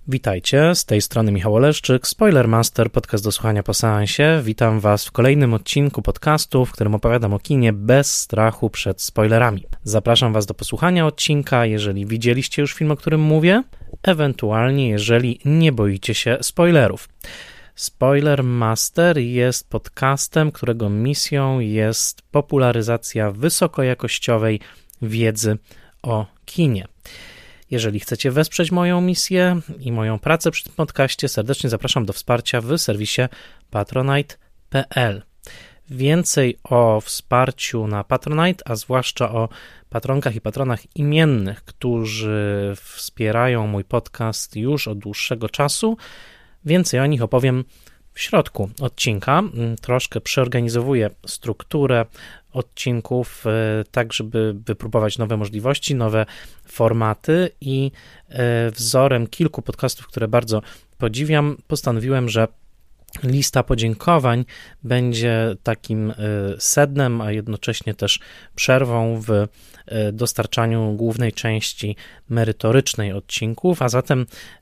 Witajcie, z tej strony Michał Oleszczyk, Spoilermaster, podcast do słuchania po seansie. Witam Was w kolejnym odcinku podcastu, w którym opowiadam o kinie bez strachu przed spoilerami. Zapraszam Was do posłuchania odcinka, jeżeli widzieliście już film, o którym mówię, ewentualnie jeżeli nie boicie się spoilerów. Spoilermaster jest podcastem, którego misją jest popularyzacja wysokojakościowej wiedzy o kinie. Jeżeli chcecie wesprzeć moją misję i moją pracę przy tym podcaście, serdecznie zapraszam do wsparcia w serwisie patronite.pl. Więcej o wsparciu na Patronite, a zwłaszcza o patronkach i patronach imiennych, którzy wspierają mój podcast już od dłuższego czasu, więcej o nich opowiem w środku odcinka. Troszkę przeorganizowuję strukturę odcinków, tak żeby wypróbować nowe możliwości, nowe formaty i wzorem kilku podcastów, które bardzo podziwiam, postanowiłem, że lista podziękowań będzie takim sednem, a jednocześnie też przerwą w dostarczaniu głównej części merytorycznej odcinków, a zatem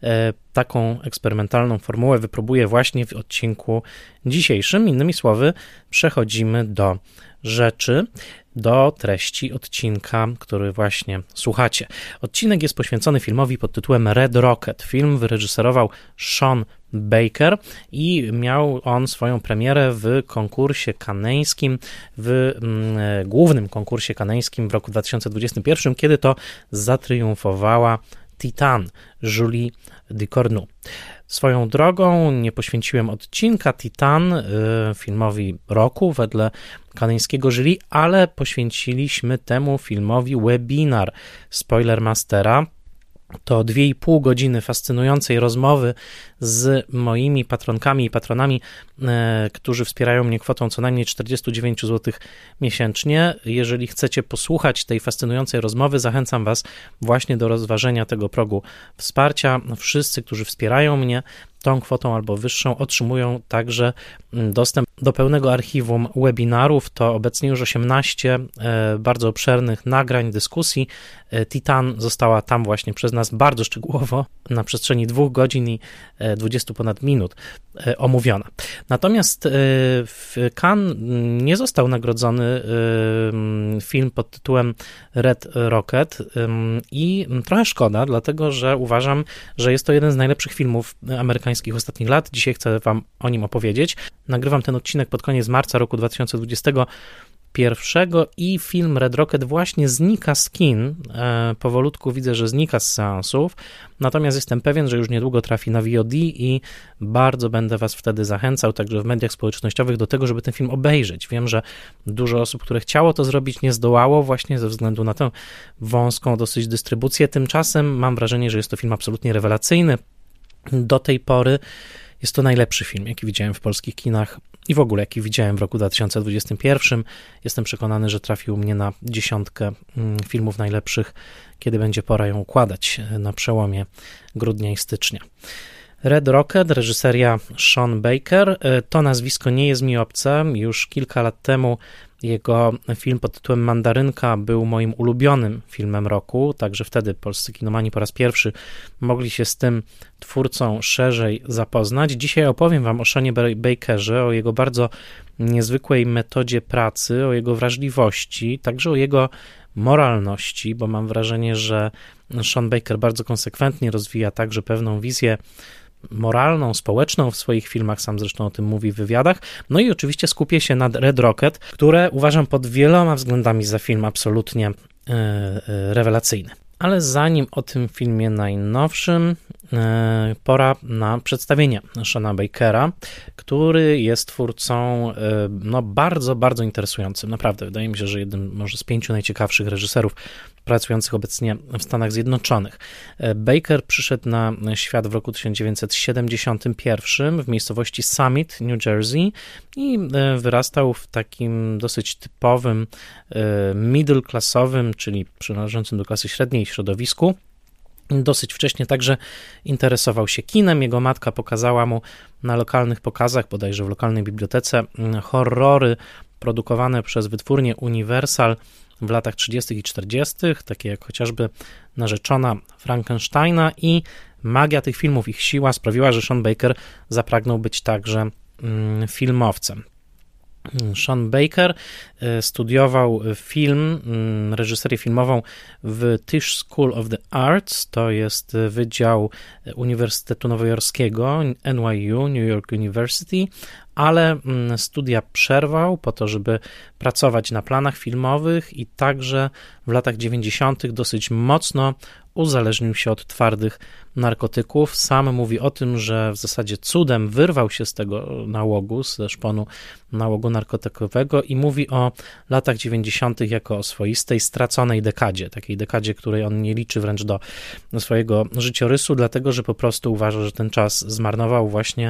taką eksperymentalną formułę wypróbuję właśnie w odcinku dzisiejszym. Innymi słowy, przechodzimy do rzeczy, do treści odcinka, który właśnie słuchacie. Odcinek jest poświęcony filmowi pod tytułem Red Rocket. Film wyreżyserował Sean Baker i miał on swoją premierę w konkursie kaneńskim, w głównym konkursie kaneńskim w roku 2021, kiedy to zatriumfowała Titan Julie Ducournau. Swoją drogą nie poświęciłem odcinka Titan filmowi roku wedle kaneńskiego jury, ale poświęciliśmy temu filmowi webinar Spoilermastera. To 2,5 godziny fascynującej rozmowy z moimi patronkami i patronami, którzy wspierają mnie kwotą co najmniej 49 zł miesięcznie. Jeżeli chcecie posłuchać tej fascynującej rozmowy, zachęcam Was właśnie do rozważenia tego progu wsparcia. Wszyscy, którzy wspierają mnie tą kwotą albo wyższą, otrzymują także dostęp do pełnego archiwum webinarów. To obecnie już 18 bardzo obszernych nagrań, dyskusji. Titan została tam właśnie przez nas bardzo szczegółowo na przestrzeni 2 godzin i 20 ponad minut omówiona. Natomiast w Cannes nie został nagrodzony film pod tytułem Red Rocket i trochę szkoda, dlatego że uważam, że jest to jeden z najlepszych filmów amerykańskich ostatnich lat. Dzisiaj chcę Wam o nim opowiedzieć. Nagrywam ten odcinek pod koniec marca roku 2021 i film Red Rocket właśnie znika z kin. Powolutku widzę, że znika z seansów, natomiast jestem pewien, że już niedługo trafi na VOD i bardzo będę Was wtedy zachęcał, także w mediach społecznościowych, do tego, żeby ten film obejrzeć. Wiem, że dużo osób, które chciało to zrobić, nie zdołało właśnie ze względu na tę wąską dosyć dystrybucję. Tymczasem mam wrażenie, że jest to film absolutnie rewelacyjny. Do tej pory jest to najlepszy film, jaki widziałem w polskich kinach i w ogóle jaki widziałem w roku 2021. Jestem przekonany, że trafił mnie na 10 filmów najlepszych, kiedy będzie pora ją układać na przełomie grudnia i stycznia. Red Rocket, reżyseria Sean Baker. To nazwisko nie jest mi obce. Już kilka lat temu jego film pod tytułem Mandarynka był moim ulubionym filmem roku, także wtedy polscy kinomani po raz pierwszy mogli się z tym twórcą szerzej zapoznać. Dzisiaj opowiem Wam o Seanie Bakerze, o jego bardzo niezwykłej metodzie pracy, o jego wrażliwości, także o jego moralności, bo mam wrażenie, że Sean Baker bardzo konsekwentnie rozwija także pewną wizję moralną, społeczną w swoich filmach, sam zresztą o tym mówi w wywiadach. No i oczywiście skupię się na Red Rocket, które uważam pod wieloma względami za film absolutnie rewelacyjny. Ale zanim o tym filmie najnowszym, pora na przedstawienie Seana Bakera, który jest twórcą bardzo, bardzo interesującym. Naprawdę, wydaje mi się, że jednym może z 5 najciekawszych reżyserów pracujących obecnie w Stanach Zjednoczonych. Baker przyszedł na świat w roku 1971 w miejscowości Summit, New Jersey i wyrastał w takim dosyć typowym middle-classowym, czyli przynależącym do klasy średniej środowisku. Dosyć wcześnie także interesował się kinem. Jego matka pokazała mu na lokalnych pokazach, bodajże w lokalnej bibliotece, horrory produkowane przez wytwórnię Universal w latach 30. i 40., takie jak chociażby Narzeczona Frankensteina, i magia tych filmów, ich siła sprawiła, że Sean Baker zapragnął być także filmowcem. Sean Baker studiował film, reżyserię filmową w Tisch School of the Arts, to jest Wydział Uniwersytetu Nowojorskiego, NYU, New York University, ale studia przerwał po to, żeby pracować na planach filmowych i także w latach 90. dosyć mocno uzależnił się od twardych narkotyków. Sam mówi o tym, że w zasadzie cudem wyrwał się z tego nałogu, ze szponu nałogu narkotykowego, i mówi o latach 90. jako o swoistej straconej dekadzie, takiej dekadzie, której on nie liczy wręcz do swojego życiorysu, dlatego że po prostu uważa, że ten czas zmarnował właśnie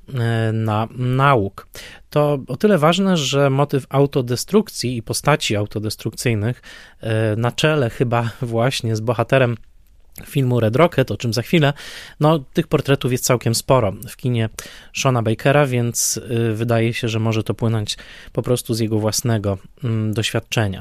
na nauk. To o tyle ważne, że motyw autodestrukcji i postaci autodestrukcyjnych na czele chyba właśnie z bohaterem filmu Red Rocket, o czym za chwilę, no tych portretów jest całkiem sporo w kinie Seana Bakera, więc wydaje się, że może to płynąć po prostu z jego własnego doświadczenia.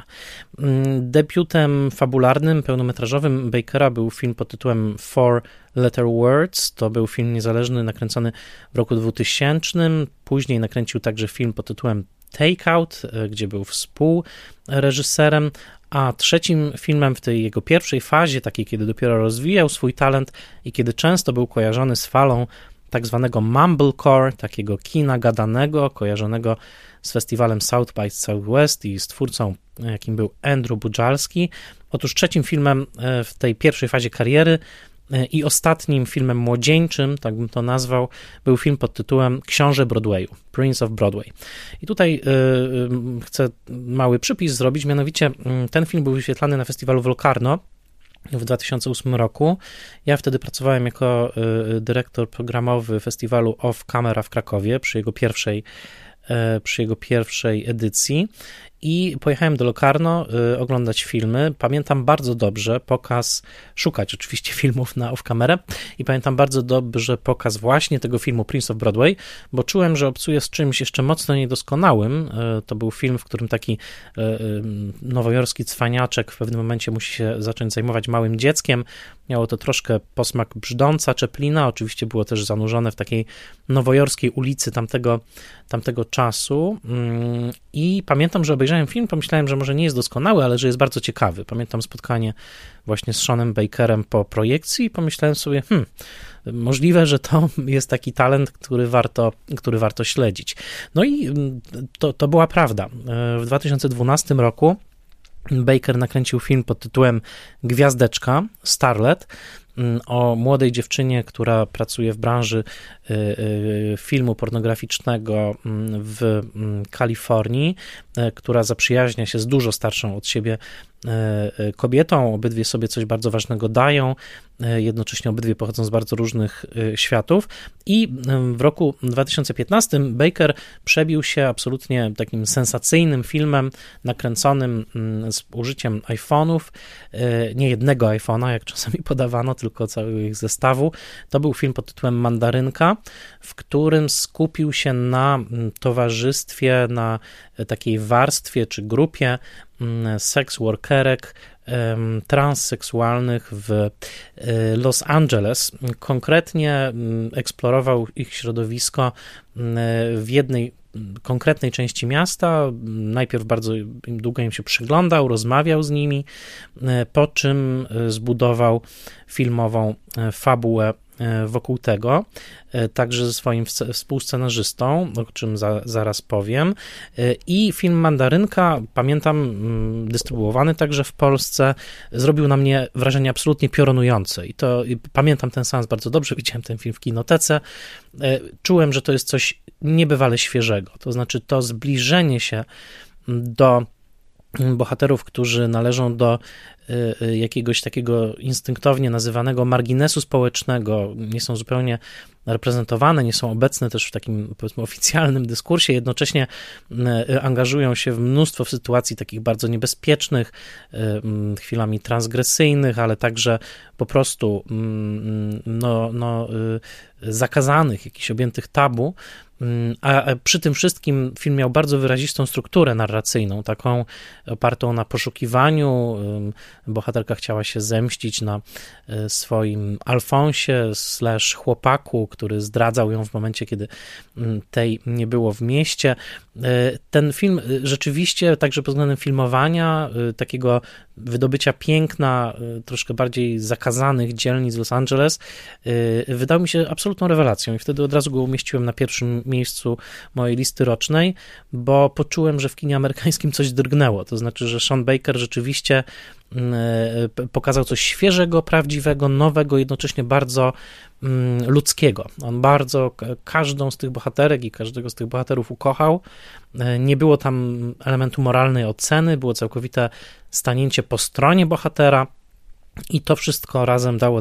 Debiutem fabularnym, pełnometrażowym Bakera był film pod tytułem Four Letter Words. To był film niezależny nakręcony w roku 2000. Później nakręcił także film pod tytułem Takeout, gdzie był współreżyserem, a trzecim filmem w tej jego pierwszej fazie, takiej kiedy dopiero rozwijał swój talent i kiedy często był kojarzony z falą tak zwanego mumblecore, takiego kina gadanego, kojarzonego z festiwalem South by Southwest i z twórcą, jakim był Andrew Bujalski. Otóż trzecim filmem w tej pierwszej fazie kariery i ostatnim filmem młodzieńczym, tak bym to nazwał, był film pod tytułem Książę Broadwayu, Prince of Broadway. I tutaj chcę mały przypis zrobić, mianowicie ten film był wyświetlany na festiwalu w Locarno w 2008 roku. Ja wtedy pracowałem jako dyrektor programowy festiwalu Off Camera w Krakowie przy jego pierwszej edycji i pojechałem do Locarno oglądać filmy. Pamiętam bardzo dobrze szukać oczywiście filmów na off-camerę i pamiętam bardzo dobrze pokaz właśnie tego filmu Prince of Broadway, bo czułem, że obcuję z czymś jeszcze mocno niedoskonałym. To był film, w którym taki nowojorski cwaniaczek w pewnym momencie musi się zacząć zajmować małym dzieckiem. Miało to troszkę posmak brzdąca Chaplina, oczywiście było też zanurzone w takiej nowojorskiej ulicy tamtego czasu i pamiętam, że obejrzałem film, pomyślałem, że może nie jest doskonały, ale że jest bardzo ciekawy. Pamiętam spotkanie właśnie z Seanem Bakerem po projekcji i pomyślałem sobie, możliwe, że to jest taki talent, który warto śledzić. No i to była prawda. W 2012 roku Baker nakręcił film pod tytułem Gwiazdeczka, Starlet, o młodej dziewczynie, która pracuje w branży filmu pornograficznego w Kalifornii, która zaprzyjaźnia się z dużo starszą od siebie kobietą. Obydwie sobie coś bardzo ważnego dają, jednocześnie obydwie pochodzą z bardzo różnych światów i w roku 2015 Baker przebił się absolutnie takim sensacyjnym filmem nakręconym z użyciem iPhone'ów, nie jednego iPhone'a, jak czasami podawano, tylko całego ich zestawu. To był film pod tytułem Mandarynka, w którym skupił się na towarzystwie, na takiej warstwie czy grupie seks workerek transseksualnych w Los Angeles. Konkretnie eksplorował ich środowisko w jednej konkretnej części miasta. Najpierw bardzo długo im się przyglądał, rozmawiał z nimi, po czym zbudował filmową fabułę wokół tego, także ze swoim współscenarzystą, o czym zaraz powiem. I film Mandarynka, pamiętam, dystrybuowany także w Polsce, zrobił na mnie wrażenie absolutnie piorunujące. I pamiętam ten seans bardzo dobrze, widziałem ten film w kinotece. Czułem, że to jest coś niebywale świeżego. To znaczy to zbliżenie się do bohaterów, którzy należą do jakiegoś takiego instynktownie nazywanego marginesu społecznego, nie są zupełnie reprezentowane, nie są obecne też w takim, powiedzmy, oficjalnym dyskursie, jednocześnie angażują się w mnóstwo sytuacji takich bardzo niebezpiecznych, chwilami transgresyjnych, ale także po prostu zakazanych, jakichś objętych tabu, A przy tym wszystkim film miał bardzo wyrazistą strukturę narracyjną, taką opartą na poszukiwaniu. Bohaterka chciała się zemścić na swoim Alfonsie / chłopaku, który zdradzał ją w momencie, kiedy tej nie było w mieście. Ten film rzeczywiście, także pod względem filmowania, takiego wydobycia piękna, troszkę bardziej zakazanych dzielnic Los Angeles, wydał mi się absolutną rewelacją i wtedy od razu go umieściłem na pierwszym miejscu mojej listy rocznej, bo poczułem, że w kinie amerykańskim coś drgnęło, to znaczy, że Sean Baker rzeczywiście pokazał coś świeżego, prawdziwego, nowego, jednocześnie bardzo ludzkiego. On bardzo każdą z tych bohaterek i każdego z tych bohaterów ukochał. Nie było tam elementu moralnej oceny, było całkowite stanięcie po stronie bohatera i to wszystko razem dało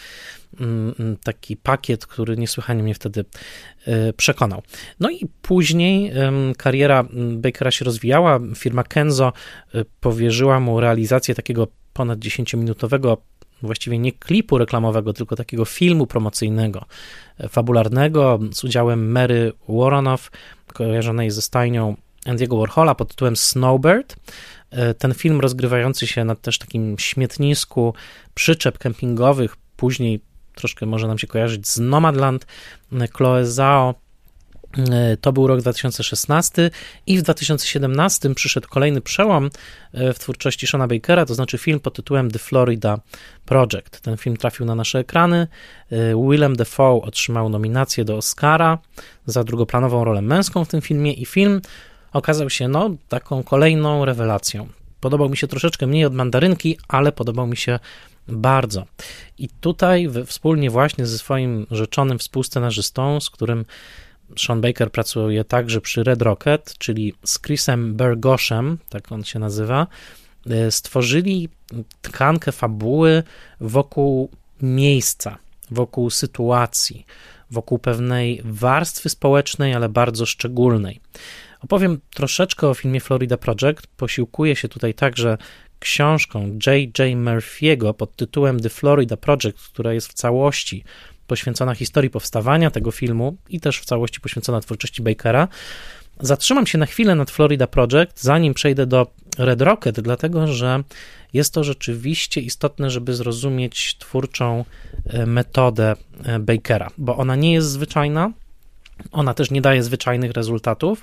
taki pakiet, który niesłychanie mnie wtedy przekonał. No i później kariera Bakera się rozwijała. Firma Kenzo powierzyła mu realizację takiego ponad 10-minutowego, właściwie nie klipu reklamowego, tylko takiego filmu promocyjnego, fabularnego z udziałem Mary Woronov, kojarzonej ze stajnią Andy'ego Warhola pod tytułem Snowbird. Ten film rozgrywający się na też takim śmietnisku przyczep kempingowych, później troszkę może nam się kojarzyć z Nomadland, Chloe Zhao. To był rok 2016 i w 2017 przyszedł kolejny przełom w twórczości Seana Bakera, to znaczy film pod tytułem The Florida Project. Ten film trafił na nasze ekrany. Willem Dafoe otrzymał nominację do Oscara za drugoplanową rolę męską w tym filmie i film okazał się taką kolejną rewelacją. Podobał mi się troszeczkę mniej od Mandarynki, ale podobał mi się bardzo. I tutaj wspólnie właśnie ze swoim rzeczonym współscenarzystą, z którym Sean Baker pracuje także przy Red Rocket, czyli z Chrisem Bergoshem, tak on się nazywa, stworzyli tkankę fabuły wokół miejsca, wokół sytuacji, wokół pewnej warstwy społecznej, ale bardzo szczególnej. Opowiem troszeczkę o filmie Florida Project. Posiłkuję się tutaj także książką J.J. Murphy'ego pod tytułem The Florida Project, która jest w całości poświęcona historii powstawania tego filmu i też w całości poświęcona twórczości Bakera. Zatrzymam się na chwilę nad Florida Project, zanim przejdę do Red Rocket, dlatego że jest to rzeczywiście istotne, żeby zrozumieć twórczą metodę Bakera, bo ona nie jest zwyczajna, ona też nie daje zwyczajnych rezultatów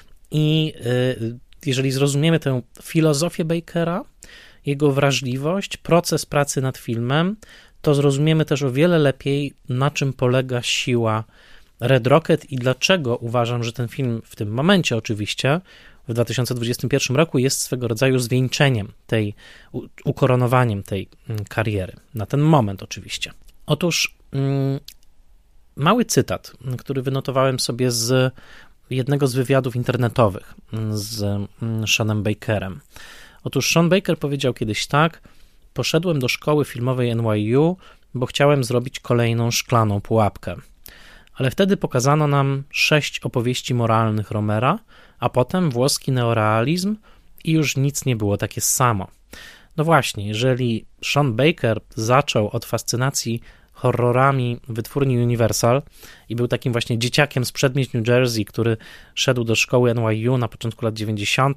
i jeżeli zrozumiemy tę filozofię Bakera, jego wrażliwość, proces pracy nad filmem, to zrozumiemy też o wiele lepiej, na czym polega siła Red Rocket i dlaczego uważam, że ten film w tym momencie oczywiście, w 2021 roku jest swego rodzaju zwieńczeniem ukoronowaniem tej kariery. Na ten moment oczywiście. Otóż mały cytat, który wynotowałem sobie z jednego z wywiadów internetowych z Seanem Bakerem. Otóż Sean Baker powiedział kiedyś tak: poszedłem do szkoły filmowej NYU, bo chciałem zrobić kolejną szklaną pułapkę. Ale wtedy pokazano nam 6 opowieści moralnych Romera, a potem włoski neorealizm i już nic nie było takie samo. No właśnie, jeżeli Sean Baker zaczął od fascynacji horrorami wytwórni Universal i był takim właśnie dzieciakiem z przedmieść New Jersey, który szedł do szkoły NYU na początku lat 90.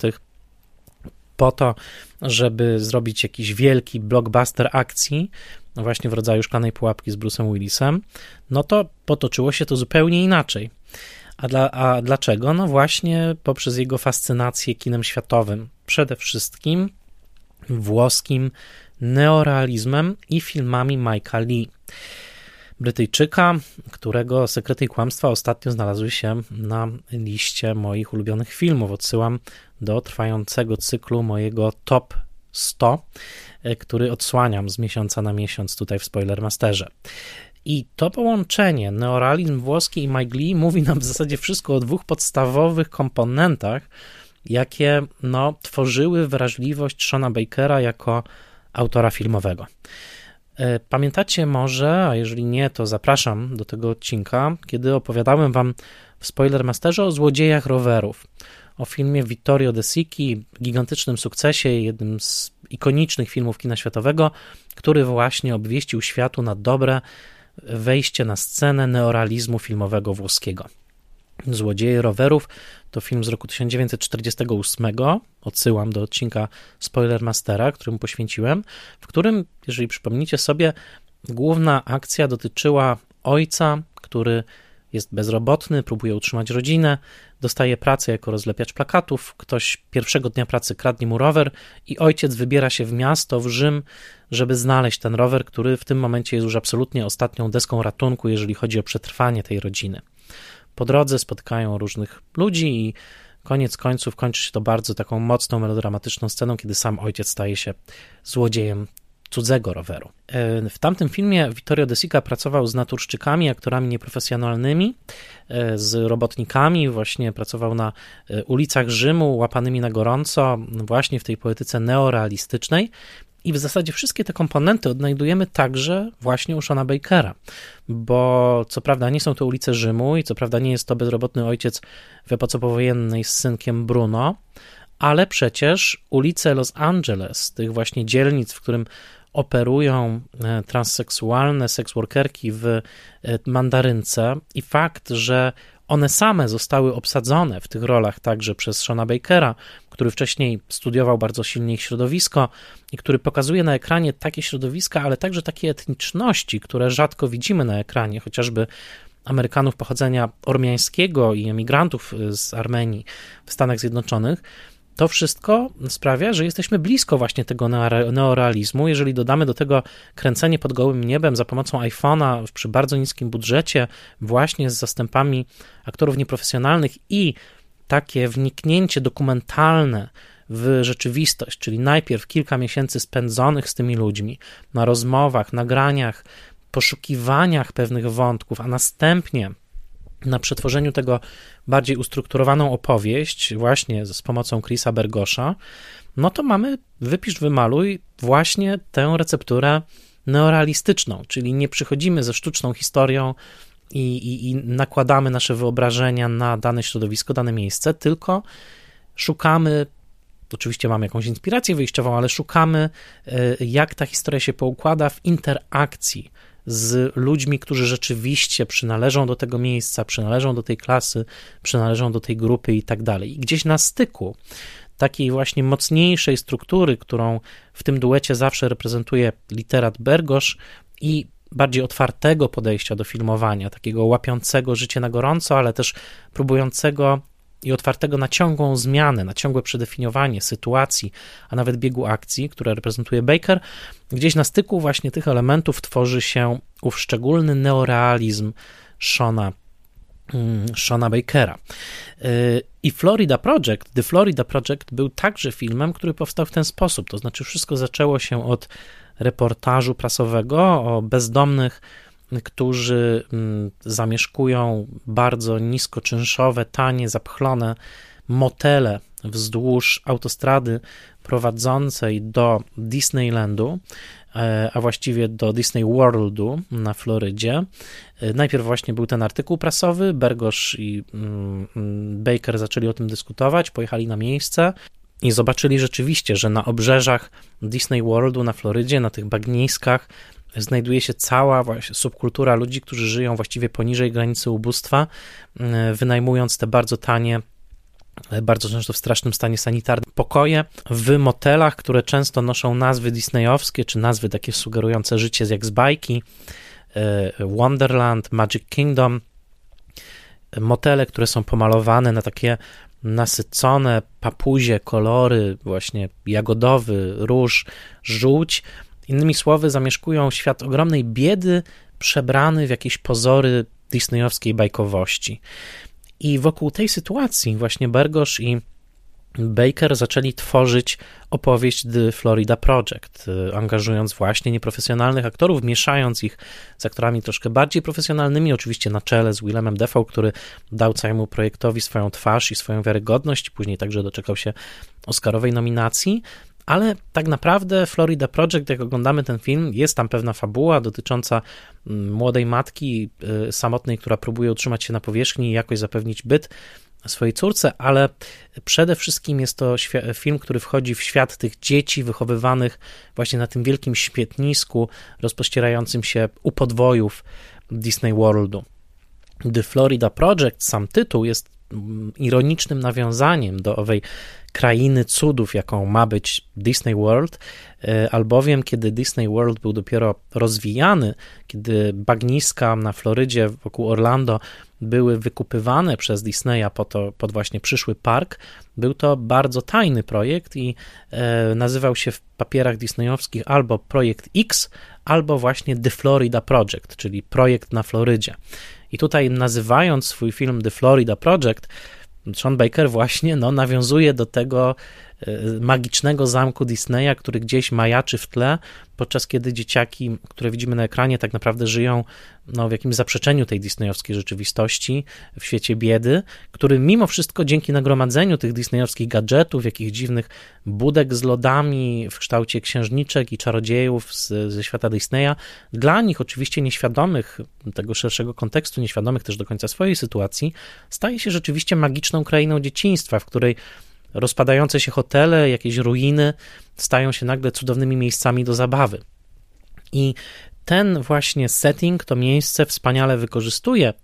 po to, żeby zrobić jakiś wielki blockbuster akcji, no właśnie w rodzaju Szklanej Pułapki z Bruce'em Willisem, no to potoczyło się to zupełnie inaczej. A dlaczego? No właśnie poprzez jego fascynację kinem światowym, przede wszystkim włoskim neorealizmem i filmami Mike'a Lee, Brytyjczyka, którego Sekrety i Kłamstwa ostatnio znalazły się na liście moich ulubionych filmów. Odsyłam do trwającego cyklu mojego Top 100, który odsłaniam z miesiąca na miesiąc tutaj w Spoilermasterze. I to połączenie, neorealizm włoski i Mike Lee, mówi nam w zasadzie wszystko o dwóch podstawowych komponentach, jakie tworzyły wrażliwość Seana Bakera jako autora filmowego. Pamiętacie może, a jeżeli nie, to zapraszam do tego odcinka, kiedy opowiadałem wam w Spoilermasterze o Złodziejach rowerów, o filmie Vittorio De Sichi, gigantycznym sukcesie, jednym z ikonicznych filmów kina światowego, który właśnie obwieścił światu na dobre wejście na scenę neorealizmu filmowego włoskiego. Złodzieje rowerów to film z roku 1948, odsyłam do odcinka Spoilermastera, którym poświęciłem, w którym, jeżeli przypomnicie sobie, główna akcja dotyczyła ojca, który jest bezrobotny, próbuje utrzymać rodzinę, dostaje pracę jako rozlepiacz plakatów, ktoś pierwszego dnia pracy kradnie mu rower i ojciec wybiera się w miasto, w Rzym, żeby znaleźć ten rower, który w tym momencie jest już absolutnie ostatnią deską ratunku, jeżeli chodzi o przetrwanie tej rodziny. Po drodze spotkają różnych ludzi i koniec końców kończy się to bardzo taką mocną, melodramatyczną sceną, kiedy sam ojciec staje się złodziejem cudzego roweru. W tamtym filmie Vittorio De Sica pracował z naturszczykami, aktorami nieprofesjonalnymi, z robotnikami, właśnie pracował na ulicach Rzymu, łapanymi na gorąco, właśnie w tej poetyce neorealistycznej. I w zasadzie wszystkie te komponenty odnajdujemy także właśnie u Seana Bakera, bo co prawda nie są to ulice Rzymu i co prawda nie jest to bezrobotny ojciec w epoce powojennej z synkiem Bruno, ale przecież ulice Los Angeles, tych właśnie dzielnic, w którym operują transseksualne seksworkerki w Mandarynce i fakt, że one same zostały obsadzone w tych rolach także przez Seana Bakera, który wcześniej studiował bardzo silnie ich środowisko i który pokazuje na ekranie takie środowiska, ale także takie etniczności, które rzadko widzimy na ekranie, chociażby Amerykanów pochodzenia ormiańskiego i emigrantów z Armenii w Stanach Zjednoczonych. To wszystko sprawia, że jesteśmy blisko właśnie tego neorealizmu. Jeżeli dodamy do tego kręcenie pod gołym niebem za pomocą iPhone'a przy bardzo niskim budżecie, właśnie z zastępami aktorów nieprofesjonalnych i takie wniknięcie dokumentalne w rzeczywistość, czyli najpierw kilka miesięcy spędzonych z tymi ludźmi na rozmowach, nagraniach, poszukiwaniach pewnych wątków, a następnie na przetworzeniu tego bardziej ustrukturowaną opowieść właśnie z pomocą Chrisa Bergosza, no to mamy wypisz, wymaluj właśnie tę recepturę neorealistyczną, czyli nie przychodzimy ze sztuczną historią i nakładamy nasze wyobrażenia na dane środowisko, dane miejsce, tylko szukamy, oczywiście mamy jakąś inspirację wyjściową, ale szukamy, jak ta historia się poukłada w interakcji z ludźmi, którzy rzeczywiście przynależą do tego miejsca, przynależą do tej klasy, przynależą do tej grupy i tak dalej. I gdzieś na styku takiej właśnie mocniejszej struktury, którą w tym duecie zawsze reprezentuje literat Bergosz i bardziej otwartego podejścia do filmowania, takiego łapiącego życie na gorąco, ale też próbującego i otwartego na ciągłą zmianę, na ciągłe przedefiniowanie sytuacji, a nawet biegu akcji, które reprezentuje Baker, gdzieś na styku właśnie tych elementów tworzy się ów szczególny neorealizm Seana Bakera. I The Florida Project był także filmem, który powstał w ten sposób, to znaczy wszystko zaczęło się od reportażu prasowego o bezdomnych, którzy zamieszkują bardzo niskoczynszowe, tanie, zapchlone motele wzdłuż autostrady prowadzącej do Disneylandu, a właściwie do Disney Worldu na Florydzie. Najpierw właśnie był ten artykuł prasowy, Bergosz i Baker zaczęli o tym dyskutować, pojechali na miejsce i zobaczyli rzeczywiście, że na obrzeżach Disney Worldu na Florydzie, na tych bagniskach znajduje się cała właśnie subkultura ludzi, którzy żyją właściwie poniżej granicy ubóstwa, wynajmując te bardzo tanie, bardzo często w strasznym stanie sanitarnym pokoje w motelach, które często noszą nazwy disneyowskie, czy nazwy takie sugerujące życie jak z bajki, Wonderland, Magic Kingdom, motele, które są pomalowane na takie nasycone papuzie kolory, właśnie jagodowy, róż, żółć. Innymi słowy, zamieszkują świat ogromnej biedy, przebrany w jakieś pozory disneyowskiej bajkowości. I wokół tej sytuacji właśnie Bergosz i Baker zaczęli tworzyć opowieść The Florida Project, angażując właśnie nieprofesjonalnych aktorów, mieszając ich z aktorami troszkę bardziej profesjonalnymi, oczywiście na czele z Willemem Dafoe, który dał całemu projektowi swoją twarz i swoją wiarygodność, później także doczekał się Oscarowej nominacji. Ale tak naprawdę Florida Project, jak oglądamy ten film, jest tam pewna fabuła dotycząca młodej matki samotnej, która próbuje utrzymać się na powierzchni i jakoś zapewnić byt swojej córce, ale przede wszystkim jest to film, który wchodzi w świat tych dzieci wychowywanych właśnie na tym wielkim świetnisku rozpościerającym się u podwojów Disney Worldu. The Florida Project, sam tytuł, jest ironicznym nawiązaniem do owej krainy cudów, jaką ma być Disney World, albowiem kiedy Disney World był dopiero rozwijany, kiedy bagniska na Florydzie wokół Orlando były wykupywane przez Disneya pod właśnie przyszły park, był to bardzo tajny projekt i nazywał się w papierach disneyowskich albo Projekt X, albo właśnie The Florida Project, czyli projekt na Florydzie. I tutaj nazywając swój film The Florida Project, Sean Baker właśnie nawiązuje do tego magicznego zamku Disneya, który gdzieś majaczy w tle, podczas kiedy dzieciaki, które widzimy na ekranie, tak naprawdę żyją w jakimś zaprzeczeniu tej disneyowskiej rzeczywistości, w świecie biedy, który mimo wszystko dzięki nagromadzeniu tych disneyowskich gadżetów, jakichś dziwnych budek z lodami w kształcie księżniczek i czarodziejów ze świata Disneya, dla nich oczywiście nieświadomych tego szerszego kontekstu, nieświadomych też do końca swojej sytuacji, staje się rzeczywiście magiczną krainą dzieciństwa, w której rozpadające się hotele, jakieś ruiny stają się nagle cudownymi miejscami do zabawy. I ten właśnie setting, to miejsce wspaniale wykorzystuje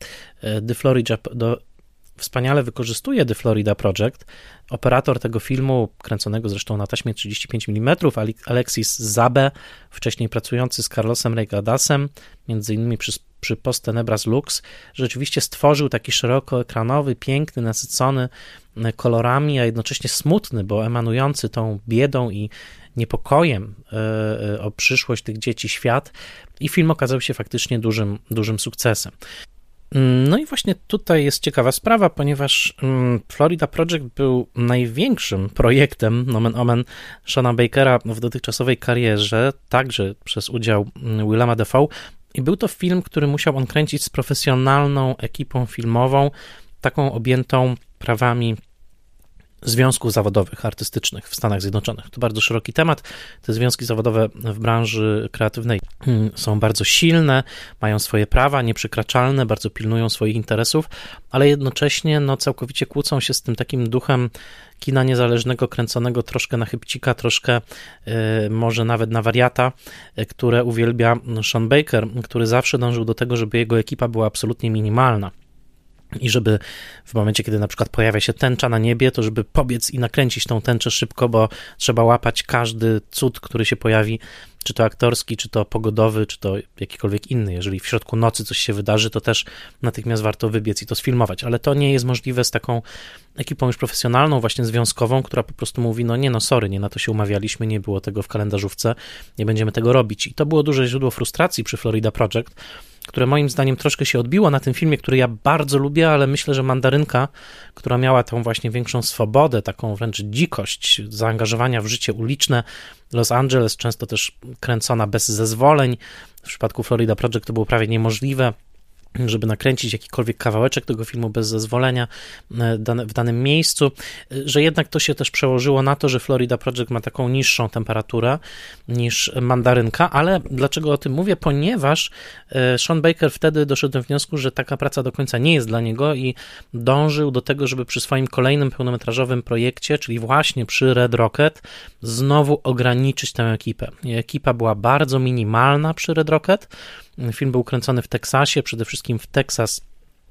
The Florida Project. Operator tego filmu, kręconego zresztą na taśmie 35 mm, Alexis Zabe, wcześniej pracujący z Carlosem Regadasem, między innymi przy Post Tenebras Lux, rzeczywiście stworzył taki szerokoekranowy, piękny, nasycony kolorami, a jednocześnie smutny, bo emanujący tą biedą i niepokojem o przyszłość tych dzieci świat, i film okazał się faktycznie dużym sukcesem. No i właśnie tutaj jest ciekawa sprawa, ponieważ Florida Project był największym projektem, nomen omen, Seana Bakera w dotychczasowej karierze, także przez udział Willema Dafoe, i był to film, który musiał on kręcić z profesjonalną ekipą filmową, taką objętą prawami związków zawodowych, artystycznych w Stanach Zjednoczonych. To bardzo szeroki temat. Te związki zawodowe w branży kreatywnej są bardzo silne, mają swoje prawa nieprzekraczalne, bardzo pilnują swoich interesów, ale jednocześnie całkowicie kłócą się z tym takim duchem kina niezależnego, kręconego troszkę na chybcika, troszkę może nawet na wariata, które uwielbia Sean Baker, który zawsze dążył do tego, żeby jego ekipa była absolutnie minimalna. I żeby w momencie, kiedy na przykład pojawia się tęcza na niebie, to żeby pobiec i nakręcić tą tęczę szybko, bo trzeba łapać każdy cud, który się pojawi, czy to aktorski, czy to pogodowy, czy to jakikolwiek inny. Jeżeli w środku nocy coś się wydarzy, to też natychmiast warto wybiec i to sfilmować. Ale to nie jest możliwe z taką ekipą już profesjonalną, właśnie związkową, która po prostu mówi, sorry, nie na to się umawialiśmy, nie było tego w kalendarzówce, nie będziemy tego robić. I to było duże źródło frustracji przy Florida Project, które moim zdaniem troszkę się odbiło na tym filmie, który ja bardzo lubię, ale myślę, że Mandarynka, która miała tą właśnie większą swobodę, taką wręcz dzikość zaangażowania w życie uliczne, Los Angeles, często też kręcona bez zezwoleń, w przypadku Florida Project to było prawie niemożliwe, żeby nakręcić jakikolwiek kawałeczek tego filmu bez zezwolenia w danym miejscu, że jednak to się też przełożyło na to, że Florida Project ma taką niższą temperaturę niż Mandarynka, ale dlaczego o tym mówię? Ponieważ Sean Baker wtedy doszedł do wniosku, że taka praca do końca nie jest dla niego i dążył do tego, żeby przy swoim kolejnym pełnometrażowym projekcie, czyli właśnie przy Red Rocket, znowu ograniczyć tę ekipę. Ekipa była bardzo minimalna przy Red Rocket. Film był kręcony w Teksasie, przede wszystkim w Texas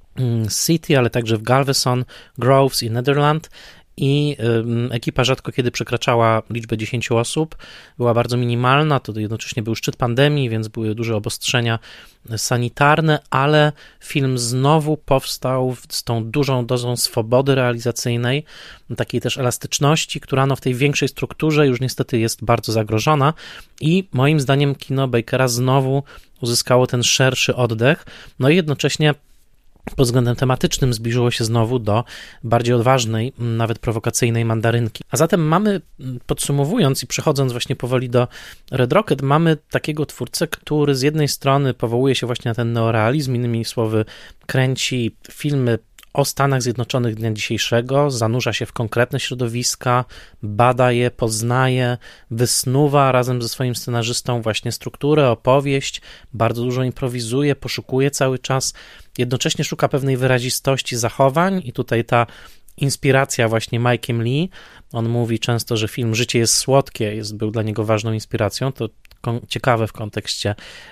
City, ale także w Galveston, Groves i Nederland, i ekipa rzadko kiedy przekraczała liczbę 10 osób, była bardzo minimalna, to jednocześnie był szczyt pandemii, więc były duże obostrzenia sanitarne, ale film znowu powstał z tą dużą dozą swobody realizacyjnej, takiej też elastyczności, która w tej większej strukturze już niestety jest bardzo zagrożona, i moim zdaniem kino Bakera znowu uzyskało ten szerszy oddech, i jednocześnie pod względem tematycznym zbliżyło się znowu do bardziej odważnej, nawet prowokacyjnej Mandarynki. A zatem mamy, podsumowując i przechodząc właśnie powoli do Red Rocket, mamy takiego twórcę, który z jednej strony powołuje się właśnie na ten neorealizm, innymi słowy kręci filmy o Stanach Zjednoczonych dnia dzisiejszego, zanurza się w konkretne środowiska, bada je, poznaje, wysnuwa razem ze swoim scenarzystą właśnie strukturę, opowieść, bardzo dużo improwizuje, poszukuje cały czas, jednocześnie szuka pewnej wyrazistości zachowań i tutaj ta inspiracja właśnie Mike'iem Lee, on mówi często, że film Życie jest słodkie był dla niego ważną inspiracją, to ciekawe w kontekście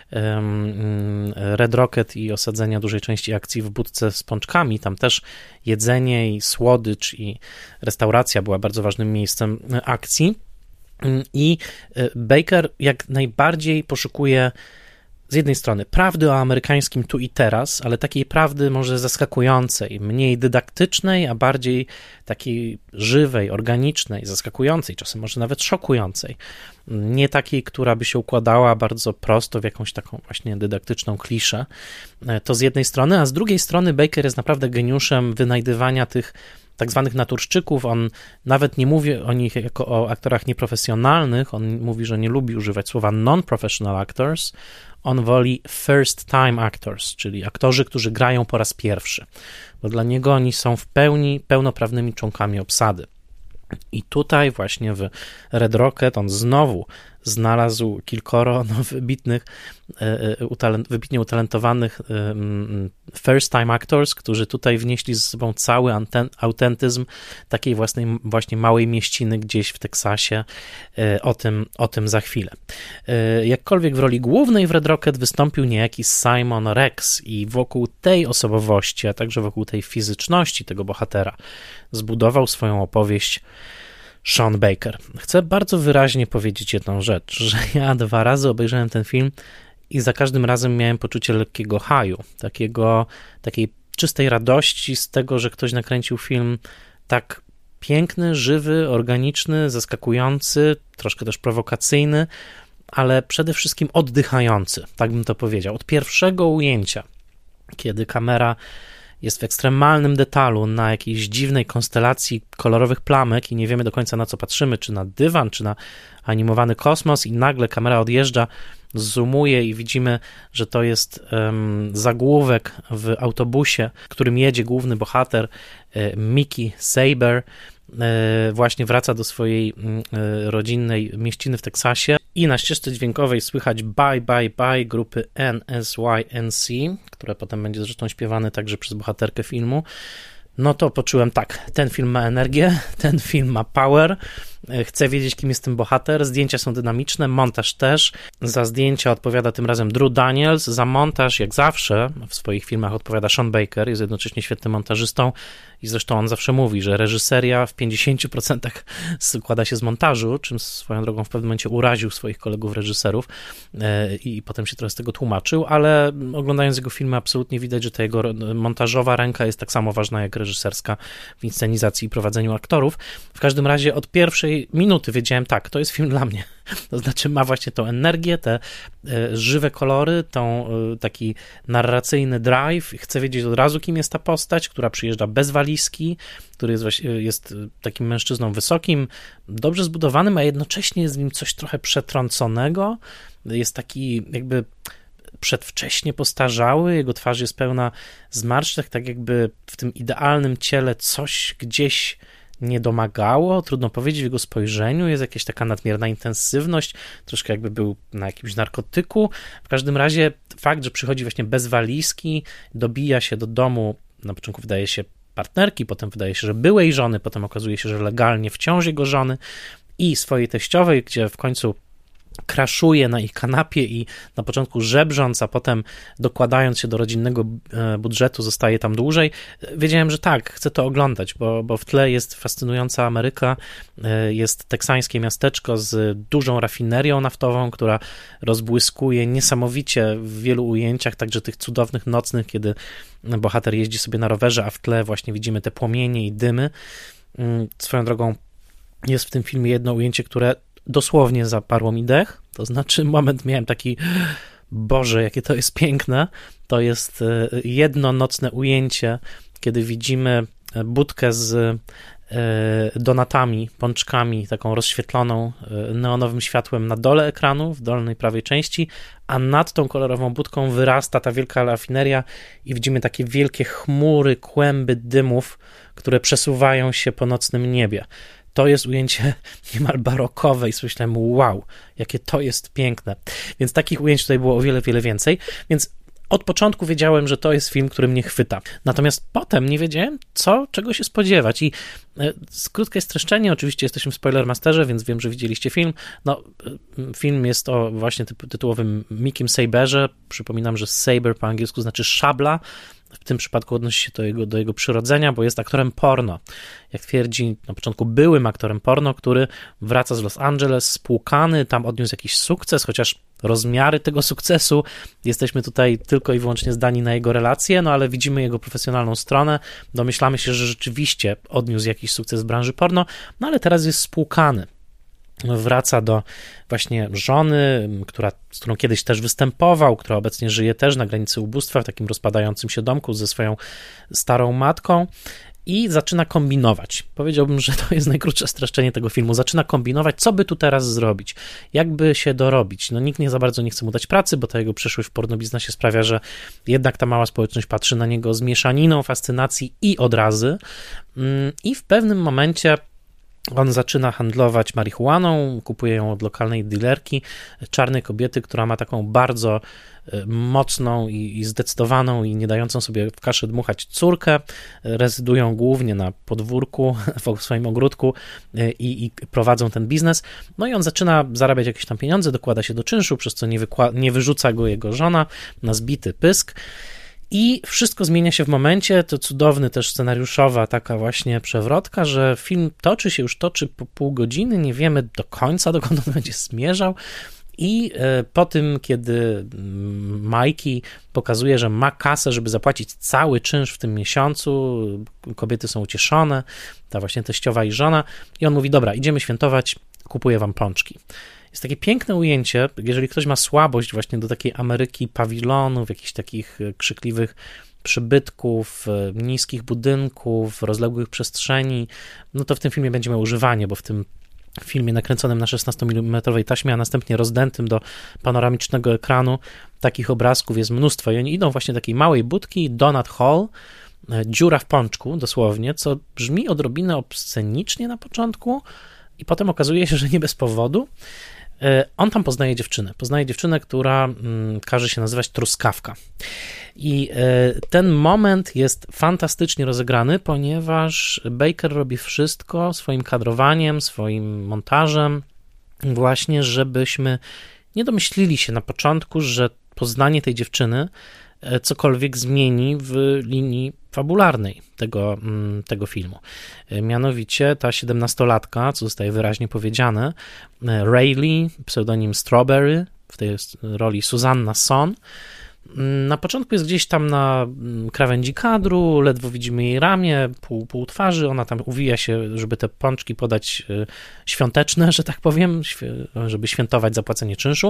Red Rocket i osadzenia dużej części akcji w budce z pączkami. Tam też jedzenie i słodycz i restauracja była bardzo ważnym miejscem akcji. I Baker jak najbardziej poszukuje z jednej strony prawdy o amerykańskim tu i teraz, ale takiej prawdy może zaskakującej, mniej dydaktycznej, a bardziej takiej żywej, organicznej, zaskakującej, czasem może nawet szokującej. Nie takiej, która by się układała bardzo prosto w jakąś taką właśnie dydaktyczną kliszę. To z jednej strony, a z drugiej strony Baker jest naprawdę geniuszem wynajdywania tych tak zwanych naturszczyków. On nawet nie mówi o nich jako o aktorach nieprofesjonalnych, on mówi, że nie lubi używać słowa non-professional actors, on woli first time actors, czyli aktorzy, którzy grają po raz pierwszy, bo dla niego oni są w pełni pełnoprawnymi członkami obsady. I tutaj właśnie w Red Rocket on znowu znalazł kilkoro wybitnie utalentowanych first time actors, którzy tutaj wnieśli ze sobą cały autentyzm takiej właśnie małej mieściny gdzieś w Teksasie. O tym za chwilę. Jakkolwiek w roli głównej w Red Rocket wystąpił niejaki Simon Rex i wokół tej osobowości, a także wokół tej fizyczności tego bohatera zbudował swoją opowieść Sean Baker. Chcę bardzo wyraźnie powiedzieć jedną rzecz, że ja 2 razy obejrzałem ten film i za każdym razem miałem poczucie lekkiego haju, takiej czystej radości z tego, że ktoś nakręcił film tak piękny, żywy, organiczny, zaskakujący, troszkę też prowokacyjny, ale przede wszystkim oddychający, tak bym to powiedział. Od pierwszego ujęcia, kiedy kamera jest w ekstremalnym detalu na jakiejś dziwnej konstelacji kolorowych plamek i nie wiemy do końca na co patrzymy, czy na dywan, czy na animowany kosmos i nagle kamera odjeżdża, zoomuje i widzimy, że to jest zagłówek w autobusie, którym jedzie główny bohater Mickey Saber, właśnie wraca do swojej rodzinnej mieściny w Teksasie i na ścieżce dźwiękowej słychać Bye Bye Bye grupy NSYNC, które potem będzie zresztą śpiewane także przez bohaterkę filmu. No to poczułem tak, ten film ma energię, ten film ma power, chcę wiedzieć, kim jest ten bohater, zdjęcia są dynamiczne, montaż też, za zdjęcia odpowiada tym razem Drew Daniels, za montaż, jak zawsze w swoich filmach odpowiada Sean Baker, jest jednocześnie świetnym montażystą i zresztą on zawsze mówi, że reżyseria w 50% składa się z montażu, czym swoją drogą w pewnym momencie uraził swoich kolegów reżyserów i potem się trochę z tego tłumaczył, ale oglądając jego filmy absolutnie widać, że ta jego montażowa ręka jest tak samo ważna jak reżyserska w inscenizacji i prowadzeniu aktorów. W każdym razie od pierwszej minuty wiedziałem, tak, to jest film dla mnie. To znaczy ma właśnie tą energię, te żywe kolory, taki narracyjny drive. Chcę wiedzieć od razu, kim jest ta postać, która przyjeżdża bez walizki, który jest takim mężczyzną wysokim, dobrze zbudowanym, a jednocześnie jest w nim coś trochę przetrąconego. Jest taki jakby przedwcześnie postarzały, jego twarz jest pełna zmarszczek, tak jakby w tym idealnym ciele coś gdzieś nie domagało, trudno powiedzieć, w jego spojrzeniu jest jakaś taka nadmierna intensywność, troszkę jakby był na jakimś narkotyku. W każdym razie fakt, że przychodzi właśnie bez walizki, dobija się do domu, na początku wydaje się partnerki, potem wydaje się, że byłej żony, potem okazuje się, że legalnie wciąż jego żony i swojej teściowej, gdzie w końcu kraszuje na ich kanapie i na początku żebrząc, a potem dokładając się do rodzinnego budżetu zostaje tam dłużej. Wiedziałem, że tak, chcę to oglądać, bo w tle jest fascynująca Ameryka, jest teksańskie miasteczko z dużą rafinerią naftową, która rozbłyskuje niesamowicie w wielu ujęciach, także tych cudownych nocnych, kiedy bohater jeździ sobie na rowerze, a w tle właśnie widzimy te płomienie i dymy. Swoją drogą jest w tym filmie jedno ujęcie, które dosłownie zaparło mi dech, to znaczy moment miałem taki, Boże, jakie to jest piękne, to jest jedno nocne ujęcie, kiedy widzimy budkę z donatami, pączkami, taką rozświetloną neonowym światłem na dole ekranu, w dolnej prawej części, a nad tą kolorową budką wyrasta ta wielka rafineria i widzimy takie wielkie chmury, kłęby dymów, które przesuwają się po nocnym niebie. To jest ujęcie niemal barokowe i myślałem, wow, jakie to jest piękne. Więc takich ujęć tutaj było o wiele, wiele więcej. Więc od początku wiedziałem, że to jest film, który mnie chwyta. Natomiast potem nie wiedziałem, czego się spodziewać. I krótkie streszczenie, oczywiście jesteśmy w Spoilermasterze, więc wiem, że widzieliście film. No, film jest o właśnie tytułowym Mickim Saberze. Przypominam, że saber po angielsku znaczy szabla. W tym przypadku odnosi się do jego przyrodzenia, bo jest aktorem porno. Jak twierdzi na początku, byłym aktorem porno, który wraca z Los Angeles spłukany, tam odniósł jakiś sukces, chociaż rozmiary tego sukcesu, jesteśmy tutaj tylko i wyłącznie zdani na jego relacje, no ale widzimy jego profesjonalną stronę, domyślamy się, że rzeczywiście odniósł jakiś sukces w branży porno, no ale teraz jest spłukany. Wraca do właśnie żony, z którą kiedyś też występował, która obecnie żyje też na granicy ubóstwa, w takim rozpadającym się domku ze swoją starą matką i zaczyna kombinować. Powiedziałbym, że to jest najkrótsze streszczenie tego filmu. Zaczyna kombinować, co by tu teraz zrobić, jakby się dorobić. No nikt nie za bardzo nie chce mu dać pracy, bo ta jego przeszłość w pornobiznesie sprawia, że jednak ta mała społeczność patrzy na niego z mieszaniną fascynacji i odrazy i w pewnym momencie on zaczyna handlować marihuaną, kupuje ją od lokalnej dealerki, czarnej kobiety, która ma taką bardzo mocną i zdecydowaną i nie dającą sobie w kaszę dmuchać córkę. Rezydują głównie na podwórku, w swoim ogródku i prowadzą ten biznes. No i on zaczyna zarabiać jakieś tam pieniądze, dokłada się do czynszu, przez co nie wyrzuca go jego żona na zbity pysk. I wszystko zmienia się w momencie, to cudowny też scenariuszowa taka właśnie przewrotka, że film toczy po pół godziny, nie wiemy do końca, dokąd on będzie zmierzał. I po tym, kiedy Mikey pokazuje, że ma kasę, żeby zapłacić cały czynsz w tym miesiącu, kobiety są ucieszone, ta właśnie teściowa i żona, i on mówi, dobra, idziemy świętować, kupuję wam pączki. Jest takie piękne ujęcie, jeżeli ktoś ma słabość właśnie do takiej Ameryki pawilonów, jakichś takich krzykliwych przybytków, niskich budynków, rozległych przestrzeni, no to w tym filmie będzie miał używanie, bo w tym filmie nakręconym na 16-mm taśmie, a następnie rozdętym do panoramicznego ekranu takich obrazków jest mnóstwo i oni idą właśnie do takiej małej budki, Donut Hall, dziura w pączku dosłownie, co brzmi odrobinę obscenicznie na początku i potem okazuje się, że nie bez powodu. On tam poznaje dziewczynę, która każe się nazywać Truskawka. I ten moment jest fantastycznie rozegrany, ponieważ Baker robi wszystko swoim kadrowaniem, swoim montażem, właśnie żebyśmy nie domyślili się na początku, że poznanie tej dziewczyny cokolwiek zmieni w linii fabularnej tego filmu. Mianowicie ta 17-latka, co zostaje wyraźnie powiedziane, Rayleigh, pseudonim Strawberry, w tej roli Susanna Son, na początku jest gdzieś tam na krawędzi kadru, ledwo widzimy jej ramię, pół twarzy, ona tam uwija się, żeby te pączki podać świąteczne, że tak powiem, żeby świętować zapłacenie czynszu.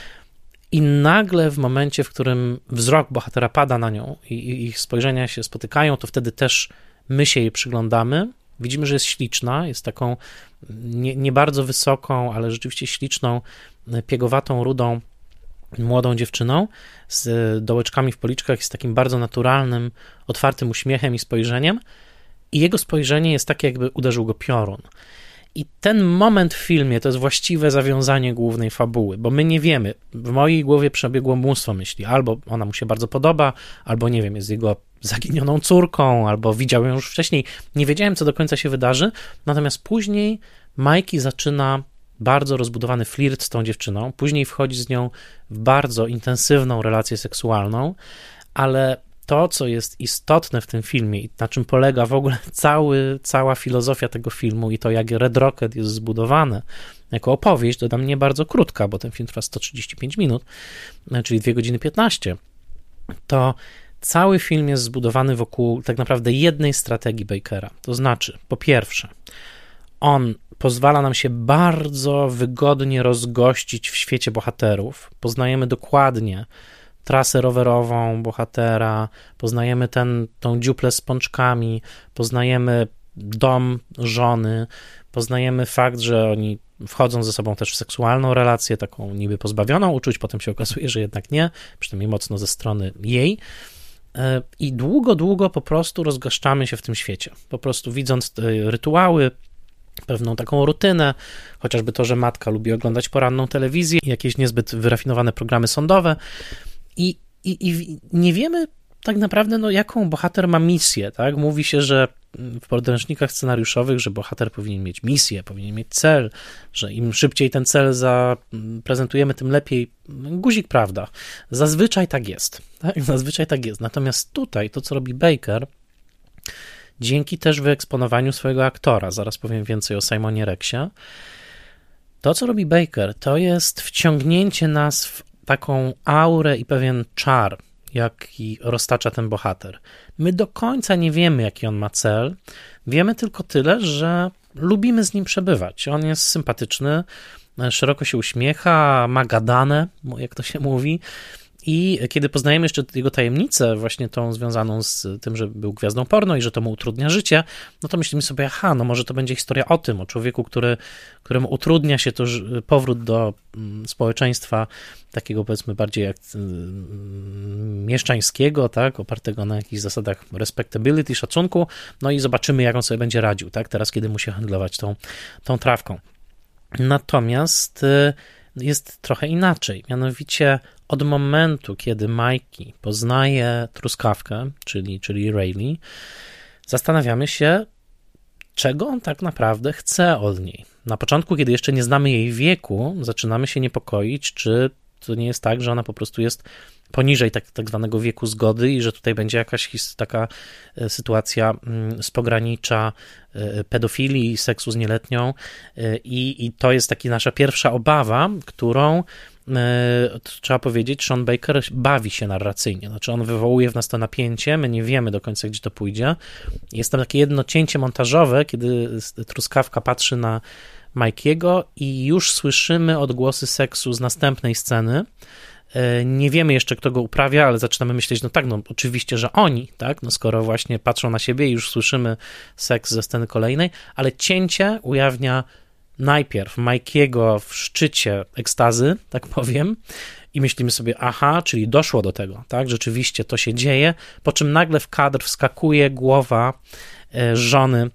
I nagle w momencie, w którym wzrok bohatera pada na nią i ich spojrzenia się spotykają, to wtedy też my się jej przyglądamy. Widzimy, że jest śliczna, jest taką nie bardzo wysoką, ale rzeczywiście śliczną, piegowatą, rudą, młodą dziewczyną z dołeczkami w policzkach, z takim bardzo naturalnym, otwartym uśmiechem i spojrzeniem. I jego spojrzenie jest takie, jakby uderzył go piorun. I ten moment w filmie to jest właściwe zawiązanie głównej fabuły, bo my nie wiemy, w mojej głowie przebiegło mnóstwo myśli, albo ona mu się bardzo podoba, albo nie wiem, jest jego zaginioną córką, albo widział ją już wcześniej, nie wiedziałem, co do końca się wydarzy, natomiast później Mikey zaczyna bardzo rozbudowany flirt z tą dziewczyną, później wchodzi z nią w bardzo intensywną relację seksualną, ale to, co jest istotne w tym filmie i na czym polega w ogóle cała filozofia tego filmu i to, jak Red Rocket jest zbudowany jako opowieść, dodam, nie bardzo krótka, bo ten film trwa 135 minut, czyli 2 godziny 15, to cały film jest zbudowany wokół tak naprawdę jednej strategii Bakera. To znaczy, po pierwsze, on pozwala nam się bardzo wygodnie rozgościć w świecie bohaterów. Poznajemy dokładnie trasę rowerową bohatera, poznajemy tą dziuplę z pączkami, poznajemy dom żony, poznajemy fakt, że oni wchodzą ze sobą też w seksualną relację, taką niby pozbawioną uczuć, potem się okazuje, że jednak nie, przynajmniej mocno ze strony jej. I długo po prostu rozgoszczamy się w tym świecie. Po prostu widząc rytuały, pewną taką rutynę, chociażby to, że matka lubi oglądać poranną telewizję, jakieś niezbyt wyrafinowane programy sądowe. I I nie wiemy tak naprawdę, no, jaką bohater ma misję, tak? Mówi się, że w podręcznikach scenariuszowych, że bohater powinien mieć misję, powinien mieć cel, że im szybciej ten cel zaprezentujemy, tym lepiej. Guzik, prawda. Zazwyczaj tak jest. Tak? Zazwyczaj tak jest. Natomiast tutaj to, co robi Baker, dzięki też wyeksponowaniu swojego aktora, zaraz powiem więcej o Simonie Rexie, to, co robi Baker, to jest wciągnięcie nas w taką aurę i pewien czar, jaki roztacza ten bohater. My do końca nie wiemy, jaki on ma cel. Wiemy tylko tyle, że lubimy z nim przebywać. On jest sympatyczny, szeroko się uśmiecha, ma gadane, jak to się mówi. I kiedy poznajemy jeszcze jego tajemnicę, właśnie tą związaną z tym, że był gwiazdą porno i że to mu utrudnia życie, no to myślimy sobie, aha, no może to będzie historia o tym, o człowieku, któremu utrudnia się to powrót do społeczeństwa takiego, powiedzmy, bardziej jak mieszczańskiego, tak, opartego na jakichś zasadach respectability, szacunku, no i zobaczymy, jak on sobie będzie radził, tak, teraz, kiedy musi handlować tą trawką. Natomiast jest trochę inaczej, mianowicie od momentu, kiedy Mikey poznaje truskawkę, czyli Rayleigh, zastanawiamy się, czego on tak naprawdę chce od niej. Na początku, kiedy jeszcze nie znamy jej wieku, zaczynamy się niepokoić, czy to nie jest tak, że ona po prostu jest poniżej tak zwanego wieku zgody i że tutaj będzie jakaś taka sytuacja z pogranicza pedofilii, seksu z nieletnią i to jest taka nasza pierwsza obawa, którą trzeba powiedzieć, Sean Baker bawi się narracyjnie, znaczy on wywołuje w nas to napięcie, my nie wiemy do końca, gdzie to pójdzie. Jest tam takie jedno cięcie montażowe, kiedy truskawka patrzy na Mikey'ego i już słyszymy odgłosy seksu z następnej sceny. Nie wiemy jeszcze, kto go uprawia, ale zaczynamy myśleć, no tak, no oczywiście, że oni, tak, no skoro właśnie patrzą na siebie i już słyszymy seks ze sceny kolejnej, ale cięcie ujawnia najpierw Mikey'ego w szczycie ekstazy, tak powiem, i myślimy sobie, aha, czyli doszło do tego, tak, rzeczywiście to się dzieje, po czym nagle w kadr wskakuje głowa żony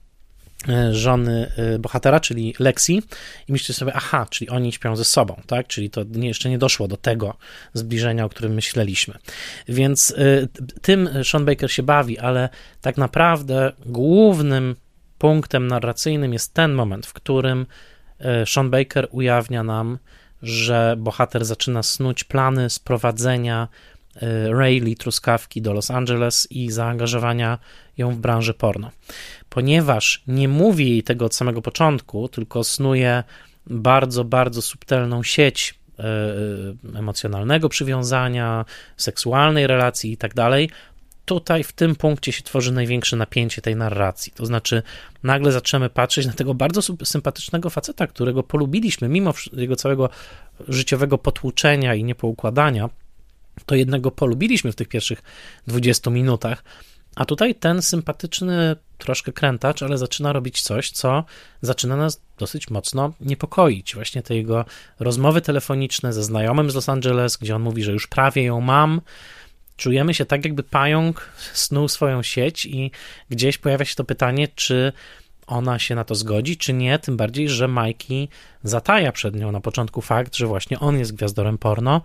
bohatera, czyli Lexi i myślicie sobie, aha, czyli oni śpią ze sobą, tak, czyli to jeszcze nie doszło do tego zbliżenia, o którym myśleliśmy. Więc tym Sean Baker się bawi, ale tak naprawdę głównym punktem narracyjnym jest ten moment, w którym Sean Baker ujawnia nam, że bohater zaczyna snuć plany sprowadzenia Rayleigh truskawki do Los Angeles i zaangażowania ją w branżę porno. Ponieważ nie mówi jej tego od samego początku, tylko snuje bardzo, bardzo subtelną sieć emocjonalnego przywiązania, seksualnej relacji i tak dalej, tutaj w tym punkcie się tworzy największe napięcie tej narracji. To znaczy nagle zaczynamy patrzeć na tego bardzo sympatycznego faceta, którego polubiliśmy, mimo jego całego życiowego potłuczenia i niepoukładania, to jednego polubiliśmy w tych pierwszych 20 minutach, a tutaj ten sympatyczny troszkę krętacz, ale zaczyna robić coś, co zaczyna nas dosyć mocno niepokoić. Właśnie te jego rozmowy telefoniczne ze znajomym z Los Angeles, gdzie on mówi, że już prawie ją mam. Czujemy się tak, jakby pająk snuł swoją sieć i gdzieś pojawia się to pytanie, czy ona się na to zgodzi, czy nie, tym bardziej, że Mikey zataja przed nią na początku fakt, że właśnie on jest gwiazdorem porno.